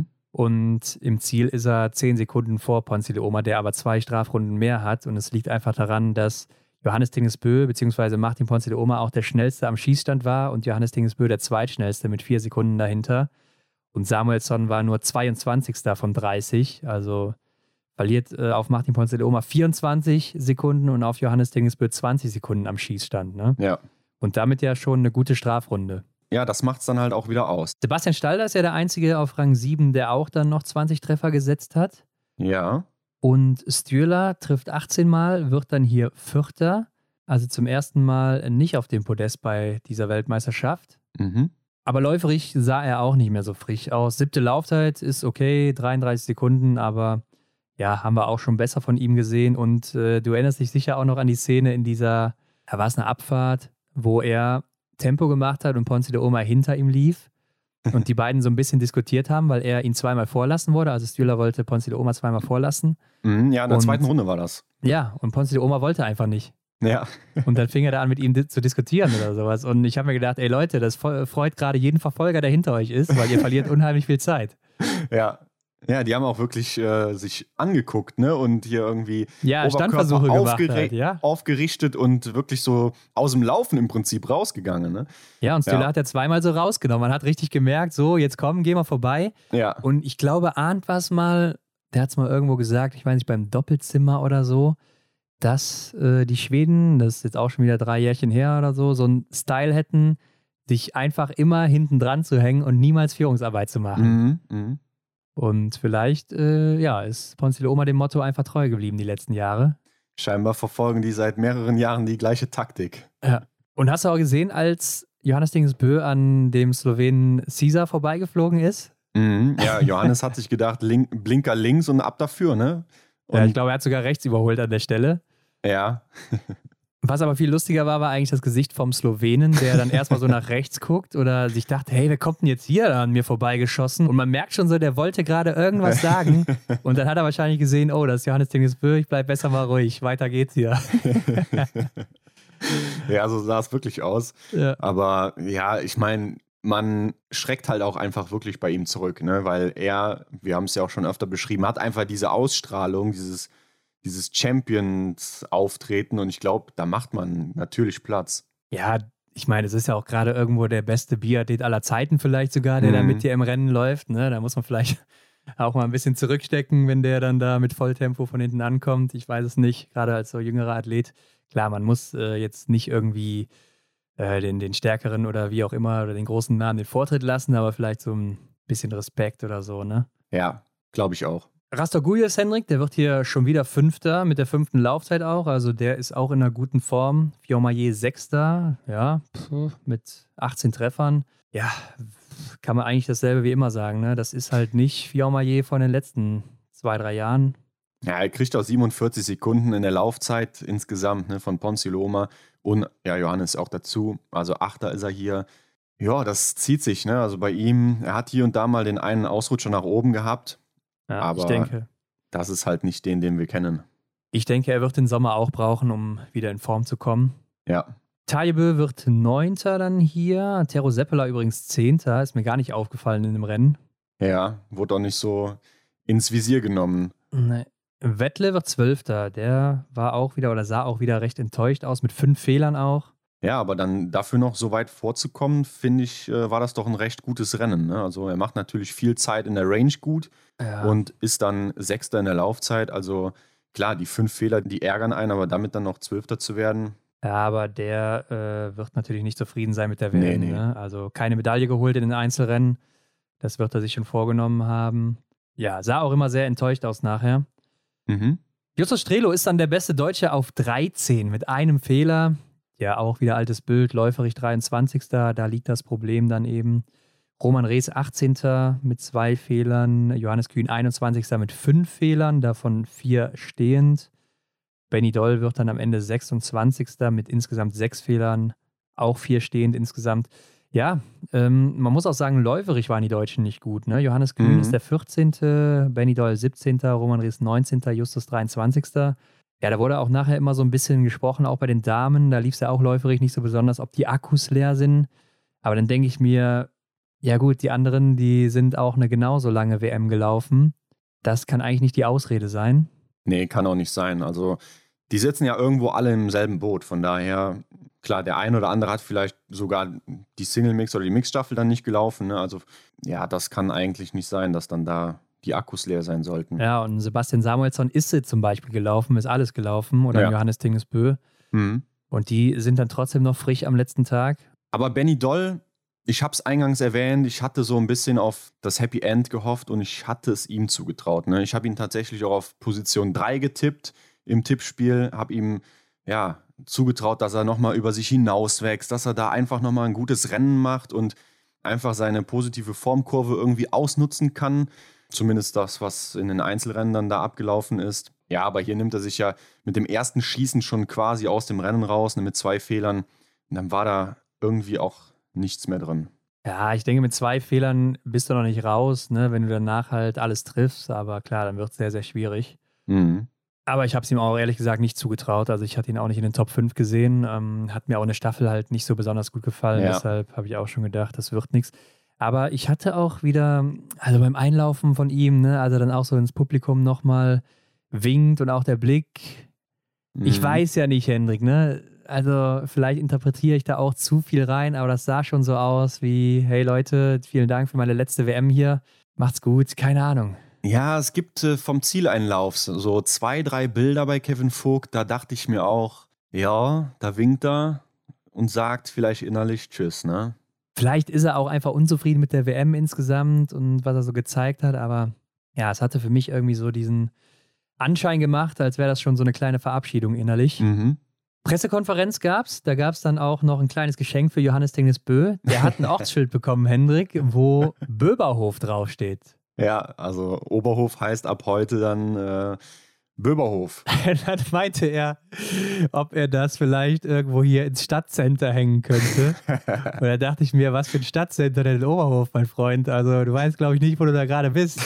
Und im Ziel ist er 10 Sekunden vor Ponce Leoma, der aber 2 Strafrunden mehr hat. Und es liegt einfach daran, dass Johannes Dingesbö bzw. Martin Ponce Leoma auch der schnellste am Schießstand war und Johannes Dingesbö der zweitschnellste mit 4 Sekunden dahinter. Und Samuelsson war nur 22. von 30, also verliert auf Martin Ponce Leoma 24 Sekunden und auf Johannes Dingesbö 20 Sekunden am Schießstand. Ne? Ja. Und damit ja schon eine gute Strafrunde. Ja, das macht es dann halt auch wieder aus. Sebastian Stalder ist ja der Einzige auf Rang 7, der auch dann noch 20 Treffer gesetzt hat. Ja. Und Stürler trifft 18 Mal, wird dann hier Vierter. Also zum ersten Mal nicht auf dem Podest bei dieser Weltmeisterschaft. Aber läuferig sah er auch nicht mehr so frisch aus. 7. Laufzeit ist okay, 33 Sekunden, aber ja, haben wir auch schon besser von ihm gesehen. Und du erinnerst dich sicher auch noch an die Szene in dieser, da war es eine Abfahrt, wo er Tempo gemacht hat und Ponce de Oma hinter ihm lief. Und die beiden so ein bisschen diskutiert haben, weil er ihn zweimal vorlassen wurde. Also Stühler wollte Ponce de Oma zweimal vorlassen. Ja, in der zweiten Runde war das. Ja, und Ponce de Oma wollte einfach nicht. Ja. Und dann fing er da an, mit ihm zu diskutieren oder sowas. Und ich habe mir gedacht, ey Leute, das freut gerade jeden Verfolger, der hinter euch ist, weil ihr verliert unheimlich viel Zeit. Ja. Ja, die haben auch wirklich sich angeguckt, ne? Und hier irgendwie Standversuche gemacht halt, ja. Aufgerichtet und wirklich so aus dem Laufen im Prinzip rausgegangen, ne? Ja, und Stühler hat er zweimal so rausgenommen. Man hat richtig gemerkt, so, jetzt komm, geh mal vorbei. Ja. Und ich glaube, Arndt war es mal, der hat es mal irgendwo gesagt, ich weiß nicht, beim Doppelzimmer oder so, dass die Schweden, das ist jetzt auch schon wieder 3 Jährchen her oder so einen Style hätten, sich einfach immer hinten dran zu hängen und niemals Führungsarbeit zu machen. Und vielleicht, ist Ponce de Oma dem Motto einfach treu geblieben die letzten Jahre. Scheinbar verfolgen die seit mehreren Jahren die gleiche Taktik. Ja. Und hast du auch gesehen, als Johannes Dingesbö an dem Slowenen Cesar vorbeigeflogen ist? Ja, Johannes hat sich gedacht, Blinker links und ab dafür, ne? Und ja, ich glaube, er hat sogar rechts überholt an der Stelle. Ja. Was aber viel lustiger war eigentlich das Gesicht vom Slowenen, der dann erstmal so nach rechts guckt oder sich dachte, hey, wer kommt denn jetzt hier an mir vorbeigeschossen? Und man merkt schon so, der wollte gerade irgendwas sagen. Und dann hat er wahrscheinlich gesehen, oh, das ist Johannes Dingesbö, ich bleib besser mal ruhig, weiter geht's hier. Ja, so sah es wirklich aus. Ja. Aber ja, ich meine, man schreckt halt auch einfach wirklich bei ihm zurück, ne? Weil er, wir haben es ja auch schon öfter beschrieben, hat einfach diese Ausstrahlung, dieses Champions-Auftreten und ich glaube, da macht man natürlich Platz. Ja, ich meine, es ist ja auch gerade irgendwo der beste Biathlet aller Zeiten vielleicht sogar, der da mit dir im Rennen läuft, ne? Da muss man vielleicht auch mal ein bisschen zurückstecken, wenn der dann da mit Volltempo von hinten ankommt. Ich weiß es nicht, gerade als so jüngerer Athlet. Klar, man muss jetzt nicht irgendwie den Stärkeren oder wie auch immer oder den großen Namen den Vortritt lassen, aber vielleicht so ein bisschen Respekt oder so, ne? Ja, glaube ich auch. Rastorguljes, Hendrik, der wird hier schon wieder 5. mit der 5. Laufzeit auch. Also der ist auch in einer guten Form. Fillon-Maillet 6. Ja, mit 18 Treffern. Ja, kann man eigentlich dasselbe wie immer sagen, ne? Das ist halt nicht Fillon-Maillet von den letzten 2-3 Jahren. Ja, er kriegt auch 47 Sekunden in der Laufzeit insgesamt, ne, von Ponce de Oma und ja, Johannes auch dazu. Also 8. ist er hier. Ja, das zieht sich, ne? Also bei ihm, er hat hier und da mal den einen Ausrutscher nach oben gehabt. Ja, aber ich denke, das ist halt nicht den wir kennen. Ich denke, er wird den Sommer auch brauchen, um wieder in Form zu kommen. Ja. Taillebö wird 9. dann hier. Tero Seppala übrigens 10. Ist mir gar nicht aufgefallen in dem Rennen. Ja, wurde auch nicht so ins Visier genommen. Nee. Wettle wird 12. Der war auch wieder oder sah auch wieder recht enttäuscht aus, mit 5 Fehlern auch. Ja, aber dann dafür noch so weit vorzukommen, finde ich, war das doch ein recht gutes Rennen. Ne? Also er macht natürlich viel Zeit in der Range gut und ist dann 6. in der Laufzeit. Also klar, die 5 Fehler, die ärgern einen, aber damit dann noch 12. zu werden. Ja, aber der wird natürlich nicht zufrieden sein mit der WM. Nee. Ne? Also keine Medaille geholt in den Einzelrennen. Das wird er sich schon vorgenommen haben. Ja, sah auch immer sehr enttäuscht aus nachher. Justus Strelo ist dann der beste Deutsche auf 13 mit einem Fehler. Ja, auch wieder altes Bild, läuferig 23. Da liegt das Problem dann eben. Roman Rees 18. mit 2 Fehlern. Johannes Kühn 21. mit 5 Fehlern, davon 4 stehend. Benny Doll wird dann am Ende 26. mit insgesamt 6 Fehlern, auch 4 stehend insgesamt. Ja, man muss auch sagen, läuferig waren die Deutschen nicht gut. Ne? Johannes Kühn ist der 14., Benny Doll 17., Roman Rees 19., Justus 23. Ja, da wurde auch nachher immer so ein bisschen gesprochen, auch bei den Damen. Da lief es ja auch läuferig nicht so besonders, ob die Akkus leer sind. Aber dann denke ich mir, ja gut, die anderen, die sind auch eine genauso lange WM gelaufen. Das kann eigentlich nicht die Ausrede sein. Nee, kann auch nicht sein. Also die sitzen ja irgendwo alle im selben Boot. Von daher, klar, der eine oder andere hat vielleicht sogar die Single-Mix oder die Mix-Staffel dann nicht gelaufen. Ne? Also ja, das kann eigentlich nicht sein, dass dann da die Akkus leer sein sollten. Ja, und Sebastian Samuelsson ist zum Beispiel gelaufen, ist alles gelaufen. Oder Johannes Dingesbö. Und die sind dann trotzdem noch frisch am letzten Tag. Aber Benny Doll, ich habe es eingangs erwähnt, ich hatte so ein bisschen auf das Happy End gehofft und ich hatte es ihm zugetraut. Ne? Ich habe ihn tatsächlich auch auf Position 3 getippt im Tippspiel, habe ihm zugetraut, dass er nochmal über sich hinauswächst, dass er da einfach nochmal ein gutes Rennen macht und einfach seine positive Formkurve irgendwie ausnutzen kann. Zumindest das, was in den Einzelrennen dann da abgelaufen ist. Ja, aber hier nimmt er sich ja mit dem ersten Schießen schon quasi aus dem Rennen raus, mit 2 Fehlern. Und dann war da irgendwie auch nichts mehr drin. Ja, ich denke, mit 2 Fehlern bist du noch nicht raus, ne, wenn du danach halt alles triffst. Aber klar, dann wird es sehr, sehr schwierig. Mhm. Aber ich habe es ihm auch ehrlich gesagt nicht zugetraut. Also ich hatte ihn auch nicht in den Top 5 gesehen. Hat mir auch eine Staffel halt nicht so besonders gut gefallen. Ja. Deshalb habe ich auch schon gedacht, das wird nichts. Aber ich hatte auch wieder, also beim Einlaufen von ihm, ne, also dann auch so ins Publikum nochmal winkt und auch der Blick. Ich weiß ja nicht, Hendrik, ne? Also vielleicht interpretiere ich da auch zu viel rein, aber das sah schon so aus wie, hey Leute, vielen Dank für meine letzte WM hier. Macht's gut, keine Ahnung. Ja, es gibt vom Zieleinlauf so 2, 3 Bilder bei Kevin Vogt. Da dachte ich mir auch, ja, da winkt er und sagt vielleicht innerlich Tschüss, ne? Vielleicht ist er auch einfach unzufrieden mit der WM insgesamt und was er so gezeigt hat, aber ja, es hatte für mich irgendwie so diesen Anschein gemacht, als wäre das schon so eine kleine Verabschiedung innerlich. Pressekonferenz gab's, da gab es dann auch noch ein kleines Geschenk für Johannes Tingnes Bö. Der hat ein Ortsschild bekommen, Hendrik, wo Böberhof draufsteht. Ja, also Oberhof heißt ab heute dann Böberhof. Dann meinte er, ob er das vielleicht irgendwo hier ins Stadtcenter hängen könnte. Und da dachte ich mir, was für ein Stadtcenter denn in Oberhof, mein Freund? Also du weißt, glaube ich, nicht, wo du da gerade bist.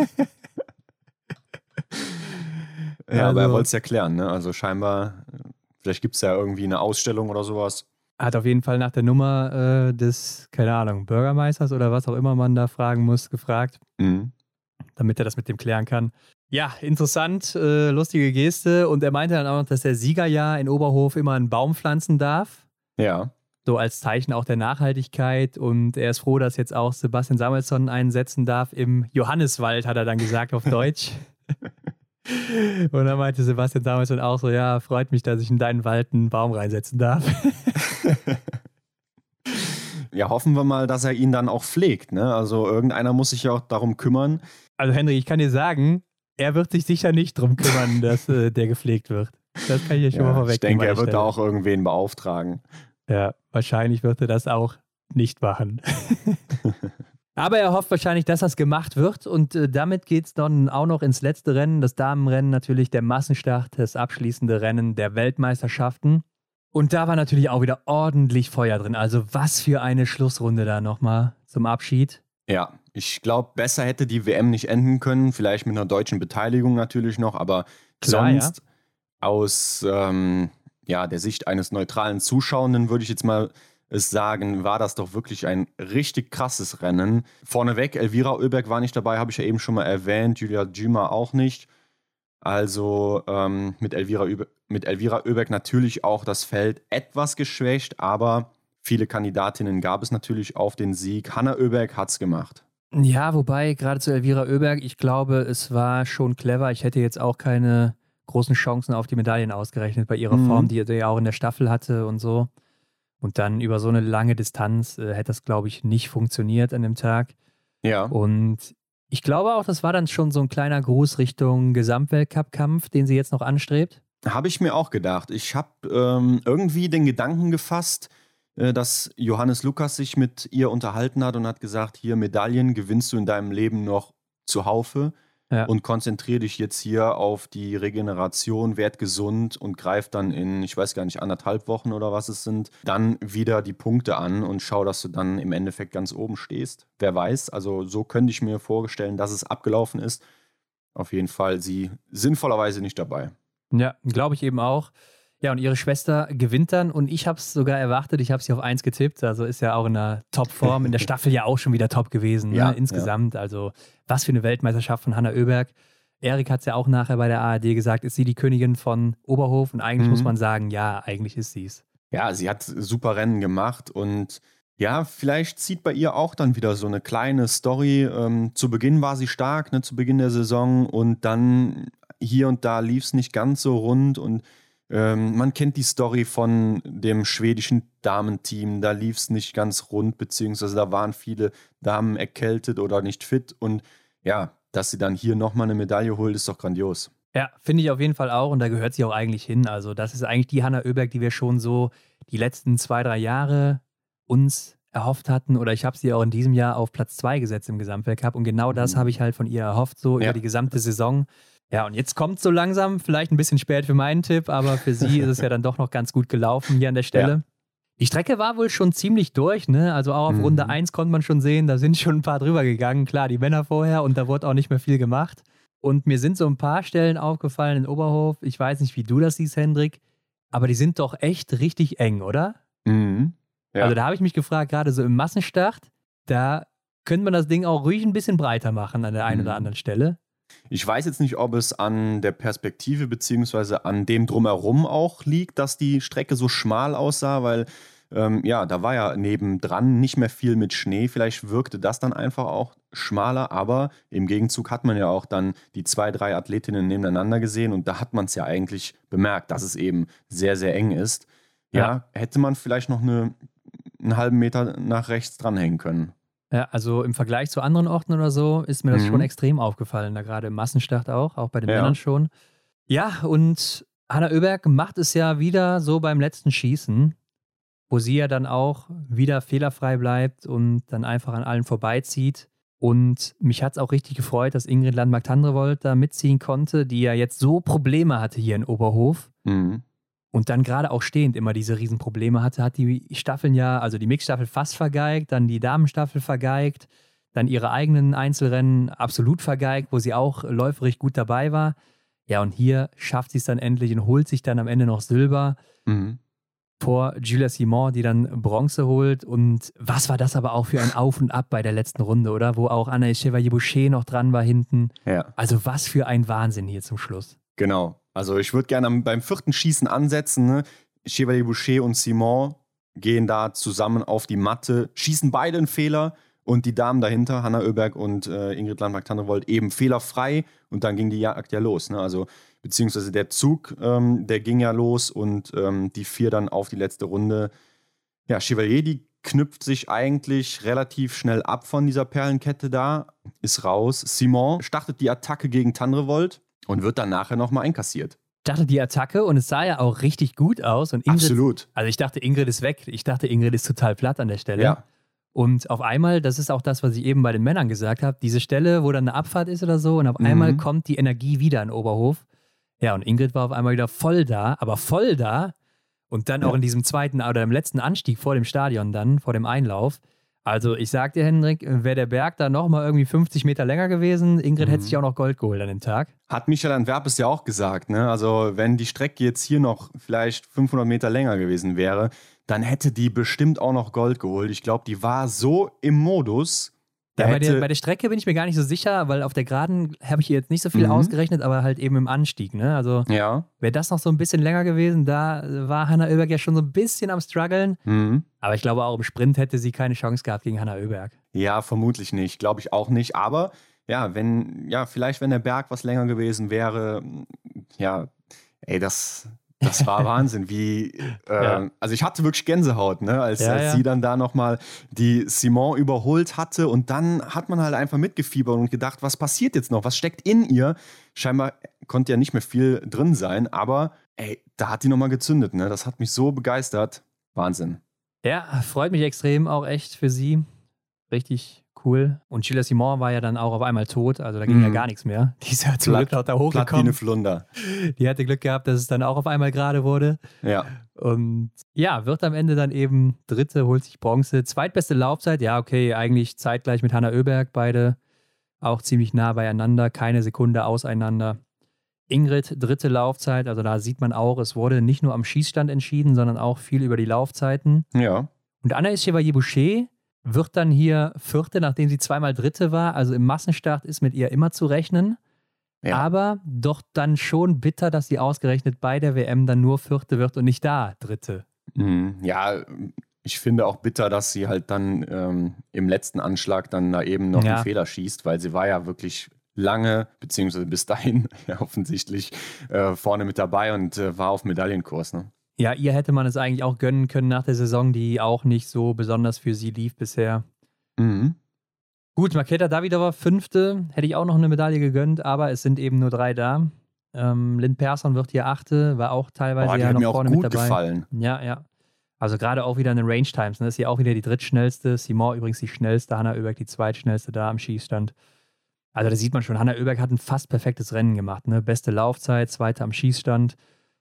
Ja, aber er wollte es ja klären, ne? Also scheinbar, vielleicht gibt es ja irgendwie eine Ausstellung oder sowas. Hat auf jeden Fall nach der Nummer des, keine Ahnung, Bürgermeisters oder was auch immer man da fragen muss, gefragt, damit er das mit dem klären kann. Ja, interessant, lustige Geste. Und er meinte dann auch noch, dass der Sieger ja in Oberhof immer einen Baum pflanzen darf. Ja. So als Zeichen auch der Nachhaltigkeit. Und er ist froh, dass jetzt auch Sebastian Samuelsson einsetzen darf im Johanniswald, hat er dann gesagt auf Deutsch. Und dann meinte Sebastian Samuelsson auch so, ja, freut mich, dass ich in deinen Wald einen Baum reinsetzen darf. Ja, hoffen wir mal, dass er ihn dann auch pflegt, ne? Also irgendeiner muss sich ja auch darum kümmern. Also Henry, ich kann dir sagen, er wird sich sicher nicht darum kümmern, dass der gepflegt wird. Das kann ich ja schon mal vorwegnehmen. Ich denke, er wird da auch irgendwen beauftragen. Ja, wahrscheinlich wird er das auch nicht machen. Aber er hofft wahrscheinlich, dass das gemacht wird. Und damit geht es dann auch noch ins letzte Rennen, das Damenrennen, natürlich der Massenstart, das abschließende Rennen der Weltmeisterschaften. Und da war natürlich auch wieder ordentlich Feuer drin. Also was für eine Schlussrunde da nochmal zum Abschied. Ja, ich glaube, besser hätte die WM nicht enden können. Vielleicht mit einer deutschen Beteiligung natürlich noch. Aber klar, sonst aus der Sicht eines neutralen Zuschauenden würde ich jetzt mal sagen, war das doch wirklich ein richtig krasses Rennen. Vorneweg, Elvira Oeberg war nicht dabei, habe ich ja eben schon mal erwähnt. Julia Gyma auch nicht. Also mit Elvira Oeberg natürlich auch das Feld etwas geschwächt, aber viele Kandidatinnen gab es natürlich auf den Sieg. Hanna Oeberg hat es gemacht. Ja, wobei, gerade zu Elvira Oeberg, ich glaube, es war schon clever. Ich hätte jetzt auch keine großen Chancen auf die Medaillen ausgerechnet bei ihrer Form, die er ja auch in der Staffel hatte und so. Und dann über so eine lange Distanz hätte das, glaube ich, nicht funktioniert an dem Tag. Ja. Und ich glaube auch, das war dann schon so ein kleiner Gruß Richtung Gesamtweltcup-Kampf, den sie jetzt noch anstrebt. Habe ich mir auch gedacht. Ich habe irgendwie den Gedanken gefasst, dass Johannes Lukas sich mit ihr unterhalten hat und hat gesagt, hier Medaillen gewinnst du in deinem Leben noch zuhaufe. Ja. Und konzentriere dich jetzt hier auf die Regeneration, werd gesund und greif dann in, ich weiß gar nicht, 1,5 Wochen oder was es sind, dann wieder die Punkte an und schau, dass du dann im Endeffekt ganz oben stehst. Wer weiß, also so könnte ich mir vorstellen, dass es abgelaufen ist. Auf jeden Fall sie sinnvollerweise nicht dabei. Ja, glaube ich eben auch. Ja, und ihre Schwester gewinnt dann und ich habe es sogar erwartet, ich habe sie auf 1 getippt, also ist ja auch in einer Top-Form, in der Staffel ja auch schon wieder top gewesen, ja, ne? Insgesamt, also was für eine Weltmeisterschaft von Hanna Oeberg. Erik hat es ja auch nachher bei der ARD gesagt, ist sie die Königin von Oberhof und eigentlich muss man sagen, ja, eigentlich ist sie es. Ja, sie hat super Rennen gemacht und ja, vielleicht zieht bei ihr auch dann wieder so eine kleine Story. Zu Beginn war sie stark, ne, zu Beginn der Saison und dann hier und da lief es nicht ganz so rund und man kennt die Story von dem schwedischen Damenteam, da lief es nicht ganz rund, beziehungsweise da waren viele Damen erkältet oder nicht fit und ja, dass sie dann hier nochmal eine Medaille holt, ist doch grandios. Ja, finde ich auf jeden Fall auch und da gehört sie auch eigentlich hin, also das ist eigentlich die Hanna Oeberg, die wir schon so die letzten 2, 3 Jahre uns erhofft hatten, oder ich habe sie auch in diesem Jahr auf Platz 2 gesetzt im Gesamtweltcup und genau das habe ich halt von ihr erhofft, so über die gesamte Saison. Ja, und jetzt kommt so langsam, vielleicht ein bisschen spät für meinen Tipp, aber für sie ist es ja dann doch noch ganz gut gelaufen hier an der Stelle. Ja. Die Strecke war wohl schon ziemlich durch, ne? Also auch auf Runde 1 konnte man schon sehen, da sind schon ein paar drüber gegangen. Klar, die Männer vorher und da wurde auch nicht mehr viel gemacht. Und mir sind so ein paar Stellen aufgefallen in Oberhof. Ich weiß nicht, wie du das siehst, Hendrik, aber die sind doch echt richtig eng, oder? Mhm. Ja. Also da habe ich mich gefragt, gerade so im Massenstart, da könnte man das Ding auch ruhig ein bisschen breiter machen an der einen oder anderen Stelle. Ich weiß jetzt nicht, ob es an der Perspektive beziehungsweise an dem Drumherum auch liegt, dass die Strecke so schmal aussah, weil da war ja nebendran nicht mehr viel mit Schnee. Vielleicht wirkte das dann einfach auch schmaler, aber im Gegenzug hat man ja auch dann die 2, 3 Athletinnen nebeneinander gesehen und da hat man es ja eigentlich bemerkt, dass es eben sehr, sehr eng ist. Ja, hätte man vielleicht noch einen halben Meter nach rechts dranhängen können. Ja, also im Vergleich zu anderen Orten oder so ist mir das schon extrem aufgefallen, da gerade im Massenstart auch bei den Männern schon. Ja, und Hanna Öberg macht es ja wieder so beim letzten Schießen, wo sie ja dann auch wieder fehlerfrei bleibt und dann einfach an allen vorbeizieht. Und mich hat es auch richtig gefreut, dass Ingrid Landmark-Tandrevold da mitziehen konnte, die ja jetzt so Probleme hatte hier in Oberhof. Und dann gerade auch stehend immer diese Riesenprobleme hatte, hat die Staffeln ja, also die Mixstaffel fast vergeigt, dann die Damenstaffel vergeigt, dann ihre eigenen Einzelrennen absolut vergeigt, wo sie auch läuferig gut dabei war. Ja, und hier schafft sie es dann endlich und holt sich dann am Ende noch Silber vor Julia Simon, die dann Bronze holt. Und was war das aber auch für ein Auf und Ab bei der letzten Runde, oder? Wo auch Anaïs Chevalier-Boucher noch dran war hinten. Ja. Also was für ein Wahnsinn hier zum Schluss. Genau. Also ich würde gerne beim 4. Schießen ansetzen. Ne? Chevalier-Boucher und Simon gehen da zusammen auf die Matte, schießen beide einen Fehler und die Damen dahinter, Hanna Öberg und Ingrid Landmark-Tandrevold, eben fehlerfrei und dann ging die Jagd ja los. Ne? Also beziehungsweise der Zug, der ging ja los und die 4 dann auf die letzte Runde. Ja, Chevalier, die knüpft sich eigentlich relativ schnell ab von dieser Perlenkette da, ist raus. Simon startet die Attacke gegen Tandrevold und wird dann nachher nochmal einkassiert. Startet die Attacke und es sah ja auch richtig gut aus. Und Ingrid, absolut. Also ich dachte, Ingrid ist weg. Ich dachte, Ingrid ist total platt an der Stelle. Ja. Und auf einmal, das ist auch das, was ich eben bei den Männern gesagt habe, diese Stelle, wo dann eine Abfahrt ist oder so und auf einmal kommt die Energie wieder in Oberhof. Ja, und Ingrid war auf einmal wieder voll da, aber voll da. Und dann auch in diesem zweiten oder im letzten Anstieg vor dem Stadion dann, vor dem Einlauf. Also ich sag dir, Hendrik, wäre der Berg da nochmal irgendwie 50 Meter länger gewesen, Ingrid hätte sich auch noch Gold geholt an dem Tag. Hat Michael Antwerpes ja auch gesagt, ne? Also wenn die Strecke jetzt hier noch vielleicht 500 Meter länger gewesen wäre, dann hätte die bestimmt auch noch Gold geholt. Ich glaube, die war so im Modus. Ja, bei der Strecke bin ich mir gar nicht so sicher, weil auf der Geraden habe ich hier jetzt nicht so viel ausgerechnet, aber halt eben im Anstieg. Ne? Also wäre das noch so ein bisschen länger gewesen, da war Hanna Öberg ja schon so ein bisschen am struggeln. Aber ich glaube auch im Sprint hätte sie keine Chance gehabt gegen Hanna Öberg. Ja, vermutlich nicht, glaube ich auch nicht. Aber vielleicht wenn der Berg was länger gewesen wäre, das war Wahnsinn, also ich hatte wirklich Gänsehaut, ne, als sie dann da nochmal die Simon überholt hatte und dann hat man halt einfach mitgefiebert und gedacht, was passiert jetzt noch, was steckt in ihr? Scheinbar konnte ja nicht mehr viel drin sein, aber da hat die nochmal gezündet, ne, das hat mich so begeistert, Wahnsinn. Ja, freut mich extrem auch echt für sie, richtig cool. Und Julia Simon war ja dann auch auf einmal tot, also da ging ja gar nichts mehr. Die ist ja zum Glück auch da hochgekommen. Platt wie eine Flunder. Die hatte Glück gehabt, dass es dann auch auf einmal gerade wurde. Ja. Und ja, wird am Ende dann eben Dritte, holt sich Bronze. Zweitbeste Laufzeit, ja okay, eigentlich zeitgleich mit Hanna Öberg, beide auch ziemlich nah beieinander, keine Sekunde auseinander. Ingrid, dritte Laufzeit, also da sieht man auch, es wurde nicht nur am Schießstand entschieden, sondern auch viel über die Laufzeiten. Ja. Und Anaïs Chevalier-Boucher wird dann hier Vierte, nachdem sie zweimal Dritte war. Also im Massenstart ist mit ihr immer zu rechnen. Ja. Aber doch dann schon bitter, dass sie ausgerechnet bei der WM dann nur Vierte wird und nicht da Dritte. Ja, ich finde auch bitter, dass sie halt dann im letzten Anschlag dann da eben noch einen Fehler schießt, weil sie war ja wirklich lange, beziehungsweise bis dahin offensichtlich vorne mit dabei und war auf Medaillenkurs, ne? Ja, ihr hätte man es eigentlich auch gönnen können nach der Saison, die auch nicht so besonders für sie lief bisher. Gut, Marketa Davidova, Fünfte, hätte ich auch noch eine Medaille gegönnt, aber es sind eben nur 3 da. Lynn Persson wird hier Achte, war auch teilweise ja noch vorne mit dabei. Gefallen. Ja. Also gerade auch wieder in den Range Times. Ne? Das ist hier auch wieder die drittschnellste. Simon übrigens die schnellste. Hanna Oeberg die zweitschnellste da am Schießstand. Also da sieht man schon, Hanna Oeberg hat ein fast perfektes Rennen gemacht. Ne? Beste Laufzeit, zweite am Schießstand.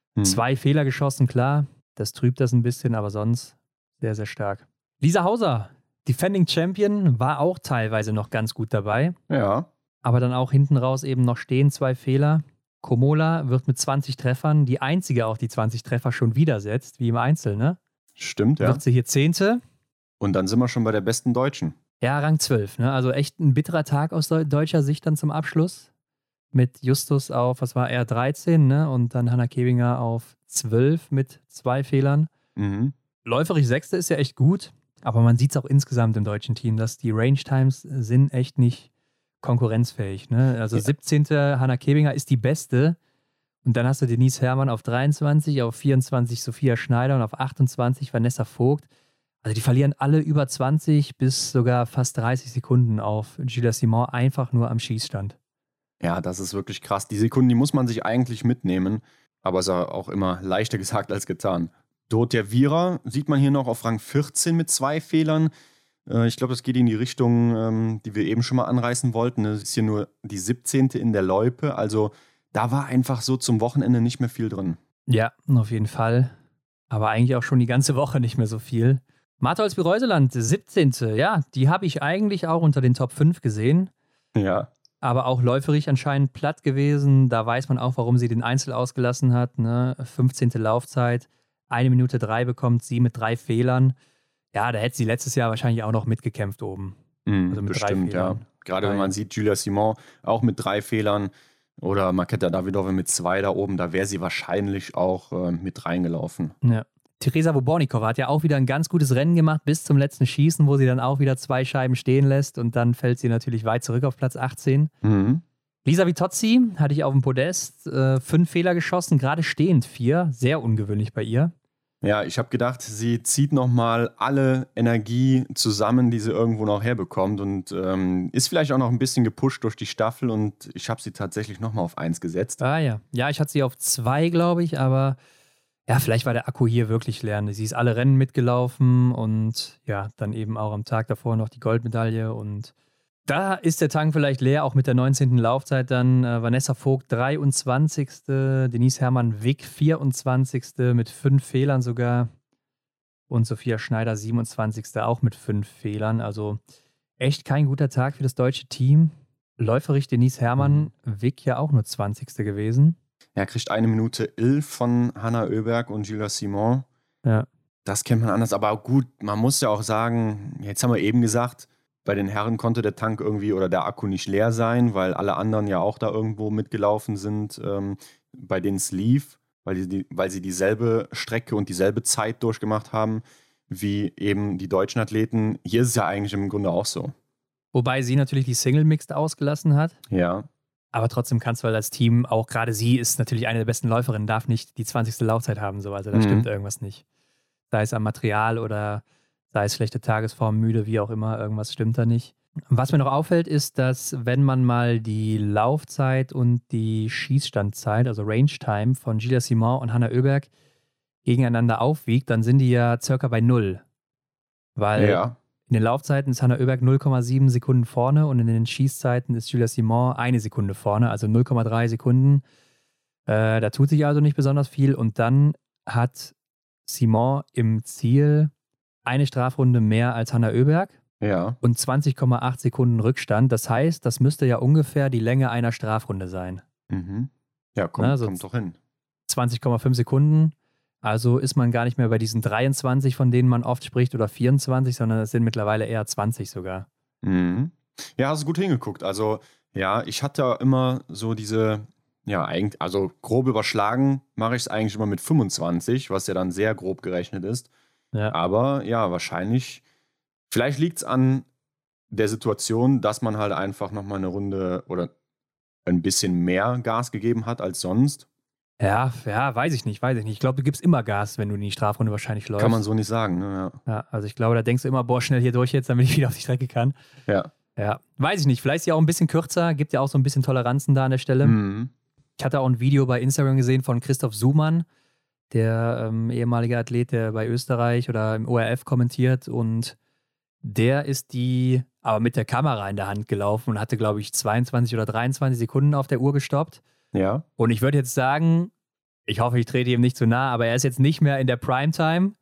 2 Fehler geschossen, klar. Das trübt das ein bisschen, aber sonst sehr, sehr stark. Lisa Hauser, Defending Champion, war auch teilweise noch ganz gut dabei. Ja. Aber dann auch hinten raus eben noch stehen, 2 Fehler. Komola wird mit 20 Treffern die einzige auf die 20 Treffer schon wieder setzt, wie im Einzel, ne? Stimmt, ja. Wird sie hier 10. Und dann sind wir schon bei der besten Deutschen. Ja, Rang 12, ne? Also echt ein bitterer Tag aus deutscher Sicht dann zum Abschluss. Mit Justus auf, was war er, 13, ne? Und dann Hanna Kebinger auf 12 mit 2 Fehlern. Läuferig 6. ist ja echt gut, aber man sieht es auch insgesamt im deutschen Team, dass die Range Times sind echt nicht konkurrenzfähig. Ne? Also 17. Hanna Kebinger ist die beste. Und dann hast du Denise Herrmann auf 23, auf 24 Sophia Schneider und auf 28 Vanessa Vogt. Also die verlieren alle über 20 bis sogar fast 30 Sekunden auf Julia Simon, einfach nur am Schießstand. Ja, das ist wirklich krass. Die Sekunden, die muss man sich eigentlich mitnehmen. Aber es ist auch immer leichter gesagt als getan. Dorothea Viera sieht man hier noch auf Rang 14 mit 2 Fehlern. Ich glaube, das geht in die Richtung, die wir eben schon mal anreißen wollten. Das ist hier nur die 17. in der Loipe. Also da war einfach so zum Wochenende nicht mehr viel drin. Ja, auf jeden Fall. Aber eigentlich auch schon die ganze Woche nicht mehr so viel. Martha Olsby-Reuseland, 17. Ja, die habe ich eigentlich auch unter den Top 5 gesehen. Ja. Aber auch läuferig anscheinend platt gewesen. Da weiß man auch, warum sie den Einzel ausgelassen hat. Ne? 15. Laufzeit, 1 Minute 3 bekommt sie mit 3 Fehlern. Ja, da hätte sie letztes Jahr wahrscheinlich auch noch mitgekämpft oben. Also mit bestimmt, 3 Fehlern. Ja. Gerade wenn man sieht, Julia Simon auch mit 3 Fehlern oder Marketa Davidova mit 2 da oben, da wäre sie wahrscheinlich auch mit reingelaufen. Ja. Teresa Wobornikova hat ja auch wieder ein ganz gutes Rennen gemacht bis zum letzten Schießen, wo sie dann auch wieder 2 Scheiben stehen lässt und dann fällt sie natürlich weit zurück auf Platz 18. Lisa Vitozzi hatte ich auf dem Podest, 5 Fehler geschossen, gerade stehend 4, sehr ungewöhnlich bei ihr. Ja, ich habe gedacht, sie zieht nochmal alle Energie zusammen, die sie irgendwo noch herbekommt und ist vielleicht auch noch ein bisschen gepusht durch die Staffel und ich habe sie tatsächlich nochmal auf 1 gesetzt. Ah ja, ja, ich hatte sie auf 2, glaube ich, aber ja, vielleicht war der Akku hier wirklich leer. Sie ist alle Rennen mitgelaufen und ja, dann eben auch am Tag davor noch die Goldmedaille und da ist der Tank vielleicht leer, auch mit der 19. Laufzeit dann. Vanessa Vogt 23. Denise Herrmann-Wick 24. mit 5 Fehlern sogar. Und Sophia Schneider 27. auch mit 5 Fehlern. Also echt kein guter Tag für das deutsche Team. Läuferig Denise Herrmann-Wick ja auch nur 20. gewesen. Ja, kriegt 1 Minute 11 von Hanna Oeberg und Julia Simon. Ja. Das kennt man anders. Aber gut, man muss ja auch sagen, jetzt haben wir eben gesagt, bei den Herren konnte der Tank irgendwie oder der Akku nicht leer sein, weil alle anderen ja auch da irgendwo mitgelaufen sind, bei denen es lief, weil sie dieselbe Strecke und dieselbe Zeit durchgemacht haben wie eben die deutschen Athleten. Hier ist es ja eigentlich im Grunde auch so. Wobei sie natürlich die Single-Mixed ausgelassen hat. Ja. Aber trotzdem kannst du halt als Team, auch gerade sie ist natürlich eine der besten Läuferinnen, darf nicht die 20. Laufzeit haben. So. Also da stimmt irgendwas nicht. Sei es am Material oder sei es schlechte Tagesform, müde, wie auch immer, irgendwas stimmt da nicht. Was mir noch auffällt, ist, dass wenn man mal die Laufzeit und die Schießstandzeit, also Range Time von Julia Simon und Hanna Oeberg gegeneinander aufwiegt, dann sind die ja circa bei 0. Weil in den Laufzeiten ist Hanna Oeberg 0,7 Sekunden vorne und in den Schießzeiten ist Julia Simon 1 Sekunde vorne, also 0,3 Sekunden. Da tut sich also nicht besonders viel und dann hat Simon im Ziel eine Strafrunde mehr als Hanna Oeberg und 20,8 Sekunden Rückstand. Das heißt, das müsste ja ungefähr die Länge einer Strafrunde sein. Ja, kommt doch hin. 20,5 Sekunden. Also ist man gar nicht mehr bei diesen 23, von denen man oft spricht, oder 24, sondern es sind mittlerweile eher 20 sogar. Ja, hast du gut hingeguckt. Also ja, ich hatte ja immer so diese, ja, eigentlich, also grob überschlagen mache ich es eigentlich immer mit 25, was ja dann sehr grob gerechnet ist. Ja. Aber ja, wahrscheinlich, vielleicht liegt es an der Situation, dass man halt einfach nochmal eine Runde oder ein bisschen mehr Gas gegeben hat als sonst. Ja, weiß ich nicht. Ich glaube, du gibst immer Gas, wenn du in die Strafrunde wahrscheinlich läufst. Kann man so nicht sagen, ne? Ja, also ich glaube, da denkst du immer, boah, schnell hier durch jetzt, damit ich wieder auf die Strecke kann. Ja. Weiß ich nicht. Vielleicht ist ja auch ein bisschen kürzer, gibt ja auch so ein bisschen Toleranzen da an der Stelle. Ich hatte auch ein Video bei Instagram gesehen von Christoph Sumann. der ehemalige Athlet, der bei Österreich oder im ORF kommentiert, und der ist die aber mit der Kamera in der Hand gelaufen und hatte, glaube ich, 22 oder 23 Sekunden auf der Uhr gestoppt. Ja. Und ich würde jetzt sagen, ich hoffe, ich trete ihm nicht zu nah, aber er ist jetzt nicht mehr in der Primetime.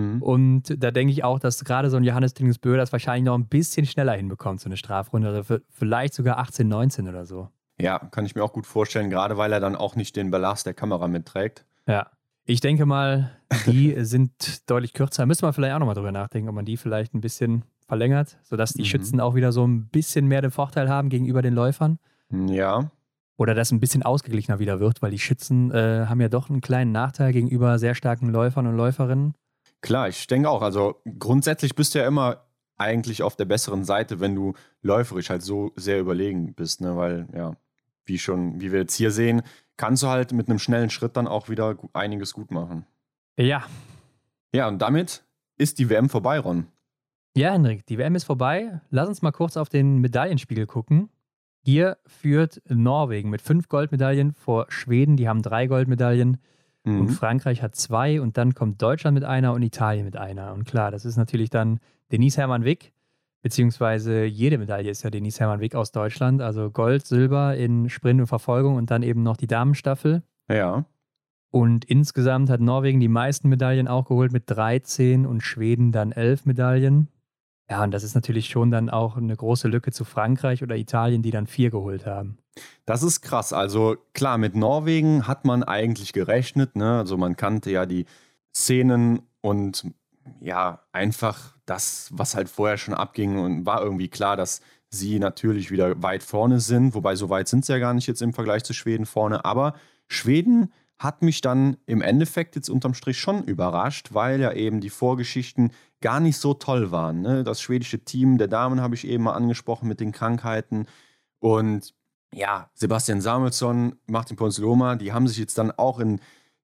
Und da denke ich auch, dass gerade so ein Johannes Tingesbö das wahrscheinlich noch ein bisschen schneller hinbekommt, so eine Strafrunde. Oder vielleicht sogar 18, 19 oder so. Ja, kann ich mir auch gut vorstellen, gerade weil er dann auch nicht den Ballast der Kamera mitträgt. Ja, ich denke mal, die sind deutlich kürzer. Müsste man vielleicht auch nochmal drüber nachdenken, ob man die vielleicht ein bisschen verlängert, sodass die Schützen auch wieder so ein bisschen mehr den Vorteil haben gegenüber den Läufern. Ja. Oder dass ein bisschen ausgeglichener wieder wird, weil die Schützen haben ja doch einen kleinen Nachteil gegenüber sehr starken Läufern und Läuferinnen. Klar, ich denke auch. Also grundsätzlich bist du ja immer eigentlich auf der besseren Seite, wenn du läuferisch halt so sehr überlegen bist, ne? Weil, ja, wie wir jetzt hier sehen, kannst du halt mit einem schnellen Schritt dann auch wieder einiges gut machen. Ja. Ja, und damit ist die WM vorbei, Ron. Ja, Hendrik, die WM ist vorbei. Lass uns mal kurz auf den Medaillenspiegel gucken. Hier führt Norwegen mit 5 Goldmedaillen vor Schweden, die haben 3 Goldmedaillen. Und Frankreich hat 2 und dann kommt Deutschland mit einer und Italien mit einer. Und klar, das ist natürlich dann Denise Hermann-Wick, beziehungsweise jede Medaille ist ja Denise Hermann-Wick aus Deutschland. Also Gold, Silber in Sprint und Verfolgung und dann eben noch die Damenstaffel. Ja. Und insgesamt hat Norwegen die meisten Medaillen auch geholt mit 13 und Schweden dann 11 Medaillen. Ja, und das ist natürlich schon dann auch eine große Lücke zu Frankreich oder Italien, die dann 4 geholt haben. Das ist krass. Also klar, mit Norwegen hat man eigentlich gerechnet, ne? Also man kannte ja die Szenen und ja, einfach das, was halt vorher schon abging, und war irgendwie klar, dass sie natürlich wieder weit vorne sind. Wobei, so weit sind sie ja gar nicht jetzt im Vergleich zu Schweden vorne. Aber Schweden hat mich dann im Endeffekt jetzt unterm Strich schon überrascht, weil ja eben die Vorgeschichten gar nicht so toll waren, ne? Das schwedische Team der Damen habe ich eben mal angesprochen mit den Krankheiten. Und ja, Sebastian Samuelsson, Martin Ponsiluoma, die haben sich jetzt dann auch in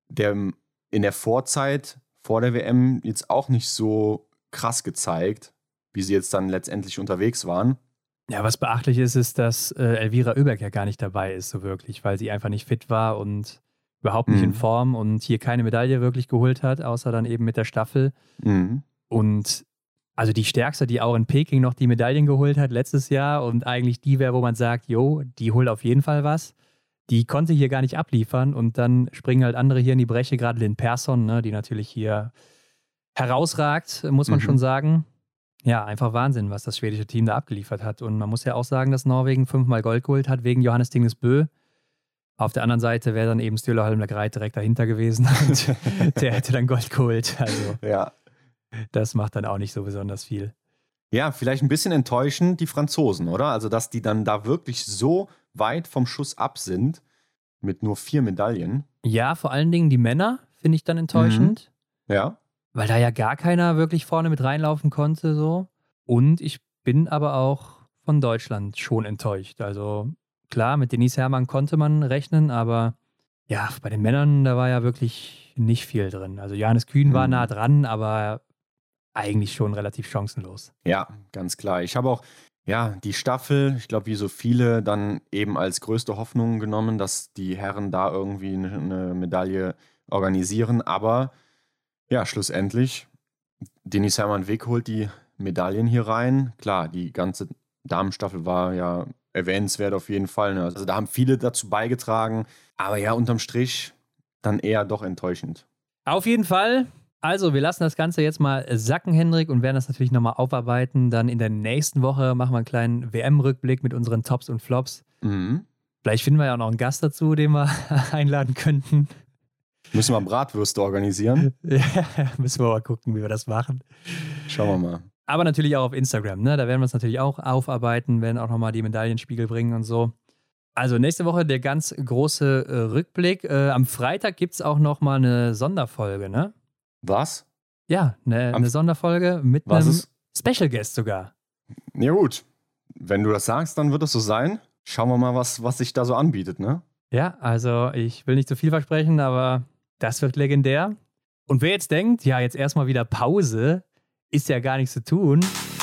der Vorzeit, vor der WM, jetzt auch nicht so krass gezeigt, wie sie jetzt dann letztendlich unterwegs waren. Ja, was beachtlich ist, ist, dass Elvira Oeberg ja gar nicht dabei ist, so wirklich, weil sie einfach nicht fit war und überhaupt nicht in Form und hier keine Medaille wirklich geholt hat, außer dann eben mit der Staffel. Und also die Stärkste, die auch in Peking noch die Medaillen geholt hat letztes Jahr und eigentlich die wäre, wo man sagt, jo, die holt auf jeden Fall was, die konnte hier gar nicht abliefern und dann springen halt andere hier in die Breche, gerade Lynn Persson, ne, die natürlich hier herausragt, muss man schon sagen. Ja, einfach Wahnsinn, was das schwedische Team da abgeliefert hat. Und man muss ja auch sagen, dass Norwegen 5-mal Gold geholt hat wegen Johannes Tingesbö. Auf der anderen Seite wäre dann eben Stühle Holmler Greit direkt dahinter gewesen und der hätte dann Gold geholt. Also ja, das macht dann auch nicht so besonders viel. Ja, vielleicht ein bisschen enttäuschend die Franzosen, oder? Also, dass die dann da wirklich so weit vom Schuss ab sind mit nur 4 Medaillen. Ja, vor allen Dingen die Männer finde ich dann enttäuschend. Ja. Weil da ja gar keiner wirklich vorne mit reinlaufen konnte, so. Und ich bin aber auch von Deutschland schon enttäuscht. Also klar, mit Denise Hermann konnte man rechnen, aber ja, bei den Männern, da war ja wirklich nicht viel drin. Also Johannes Kühn war nah dran, aber eigentlich schon relativ chancenlos. Ja, ganz klar. Ich habe auch, ja, die Staffel, ich glaube, wie so viele, dann eben als größte Hoffnung genommen, dass die Herren da irgendwie eine Medaille organisieren. Aber ja, schlussendlich, Denise Hermann-Wick holt die Medaillen hier rein. Klar, die ganze Damenstaffel war ja erwähnenswert auf jeden Fall. Ne? Also da haben viele dazu beigetragen. Aber ja, unterm Strich dann eher doch enttäuschend. Auf jeden Fall. Also, wir lassen das Ganze jetzt mal sacken, Hendrik, und werden das natürlich nochmal aufarbeiten. Dann in der nächsten Woche machen wir einen kleinen WM-Rückblick mit unseren Tops und Flops. Vielleicht finden wir ja auch noch einen Gast dazu, den wir einladen könnten. Müssen wir Bratwürste organisieren? Ja, müssen wir mal gucken, wie wir das machen. Schauen wir mal. Aber natürlich auch auf Instagram, ne? Da werden wir es natürlich auch aufarbeiten, werden auch nochmal die Medaillenspiegel bringen und so. Also nächste Woche der ganz große Rückblick. Am Freitag gibt es auch nochmal eine Sonderfolge, ne? Was? Ja, eine Sonderfolge mit einem Special Guest sogar. Ja gut, wenn du das sagst, dann wird es so sein. Schauen wir mal, was sich da so anbietet, ne? Ja, also ich will nicht zu viel versprechen, aber das wird legendär. Und wer jetzt denkt, ja, jetzt erstmal wieder Pause, ist ja gar nichts zu tun.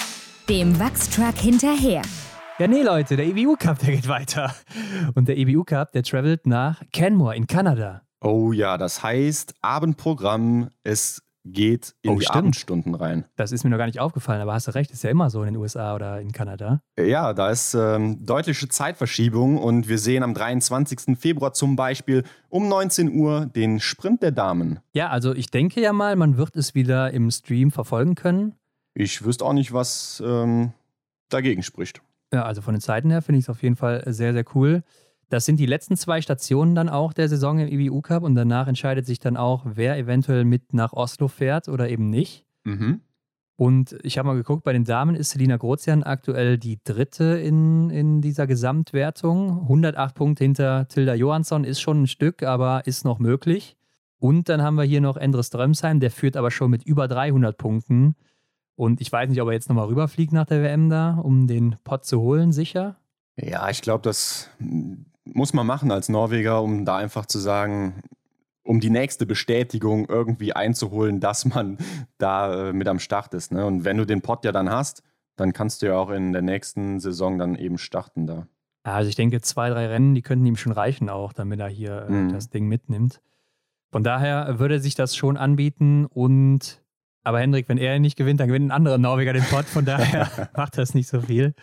Dem Wachstruck hinterher. Ja, nee, Leute, der EBU Cup, der geht weiter. Und der EBU Cup, der travelt nach Canmore in Kanada. Oh ja, das heißt Abendprogramm, es geht in die Abendstunden rein. Das ist mir noch gar nicht aufgefallen, aber hast du recht, ist ja immer so in den USA oder in Kanada. Ja, da ist deutliche Zeitverschiebung und wir sehen am 23. Februar zum Beispiel um 19 Uhr den Sprint der Damen. Ja, also ich denke ja mal, man wird es wieder im Stream verfolgen können. Ich wüsste auch nicht, was dagegen spricht. Ja, also von den Zeiten her finde ich es auf jeden Fall sehr, sehr cool. Das sind die letzten 2 Stationen dann auch der Saison im IBU Cup und danach entscheidet sich dann auch, wer eventuell mit nach Oslo fährt oder eben nicht. Mhm. Und ich habe mal geguckt, bei den Damen ist Selina Grozian aktuell die 3. in dieser Gesamtwertung. 108 Punkte hinter Tilda Johansson ist schon ein Stück, aber ist noch möglich. Und dann haben wir hier noch Endre Strömsheim, der führt aber schon mit über 300 Punkten. Und ich weiß nicht, ob er jetzt nochmal rüberfliegt nach der WM da, um den Pott zu holen, sicher. Ja, ich glaube, das muss man machen als Norweger, um da einfach zu sagen, um die nächste Bestätigung irgendwie einzuholen, dass man da mit am Start ist. Ne? Und wenn du den Pott ja dann hast, dann kannst du ja auch in der nächsten Saison dann eben starten da. Also ich denke, 2, 3 Rennen, die könnten ihm schon reichen auch, damit er hier das Ding mitnimmt. Von daher würde sich das schon anbieten aber Hendrik, wenn er nicht gewinnt, dann gewinnt ein anderer Norweger den Pott, von daher macht das nicht so viel.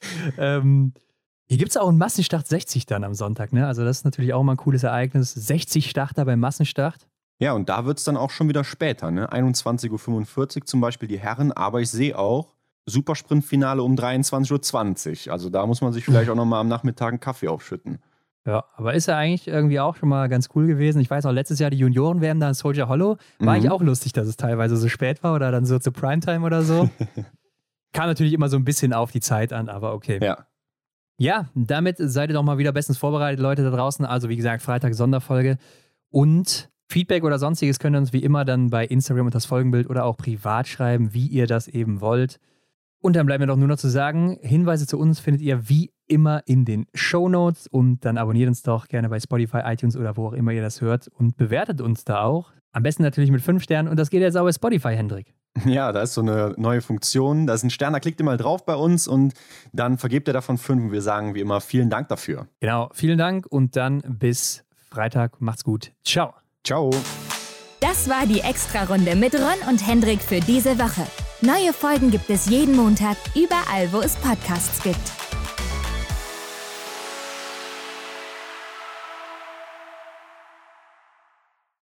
Hier gibt es auch einen Massenstart 60 dann am Sonntag, ne? Also das ist natürlich auch mal ein cooles Ereignis. 60 Starter beim Massenstart. Ja, und da wird es dann auch schon wieder später, ne? 21.45 Uhr zum Beispiel die Herren, aber ich sehe auch Supersprintfinale um 23.20 Uhr. Also da muss man sich vielleicht auch nochmal am Nachmittag einen Kaffee aufschütten. Ja, aber ist ja eigentlich irgendwie auch schon mal ganz cool gewesen. Ich weiß auch, letztes Jahr die Junioren-WM da in Soldier Hollow. War eigentlich auch lustig, dass es teilweise so spät war oder dann so zu Primetime oder so. Kam natürlich immer so ein bisschen auf die Zeit an, aber okay. Ja, damit seid ihr doch mal wieder bestens vorbereitet, Leute da draußen. Also wie gesagt, Freitag Sonderfolge. Und Feedback oder sonstiges könnt ihr uns wie immer dann bei Instagram unter das Folgenbild oder auch privat schreiben, wie ihr das eben wollt. Und dann bleibt mir doch nur noch zu sagen, Hinweise zu uns findet ihr wie immer in den Shownotes und dann abonniert uns doch gerne bei Spotify, iTunes oder wo auch immer ihr das hört und bewertet uns da auch. Am besten natürlich mit 5 Sternen und das geht jetzt auch bei Spotify, Hendrik. Ja, da ist so eine neue Funktion, da ist ein Stern, da klickt ihr mal drauf bei uns und dann vergebt ihr davon 5 und wir sagen wie immer vielen Dank dafür. Genau, vielen Dank und dann bis Freitag. Macht's gut. Ciao. Ciao. Das war die Extra-Runde mit Ron und Hendrik für diese Woche. Neue Folgen gibt es jeden Montag, überall wo es Podcasts gibt.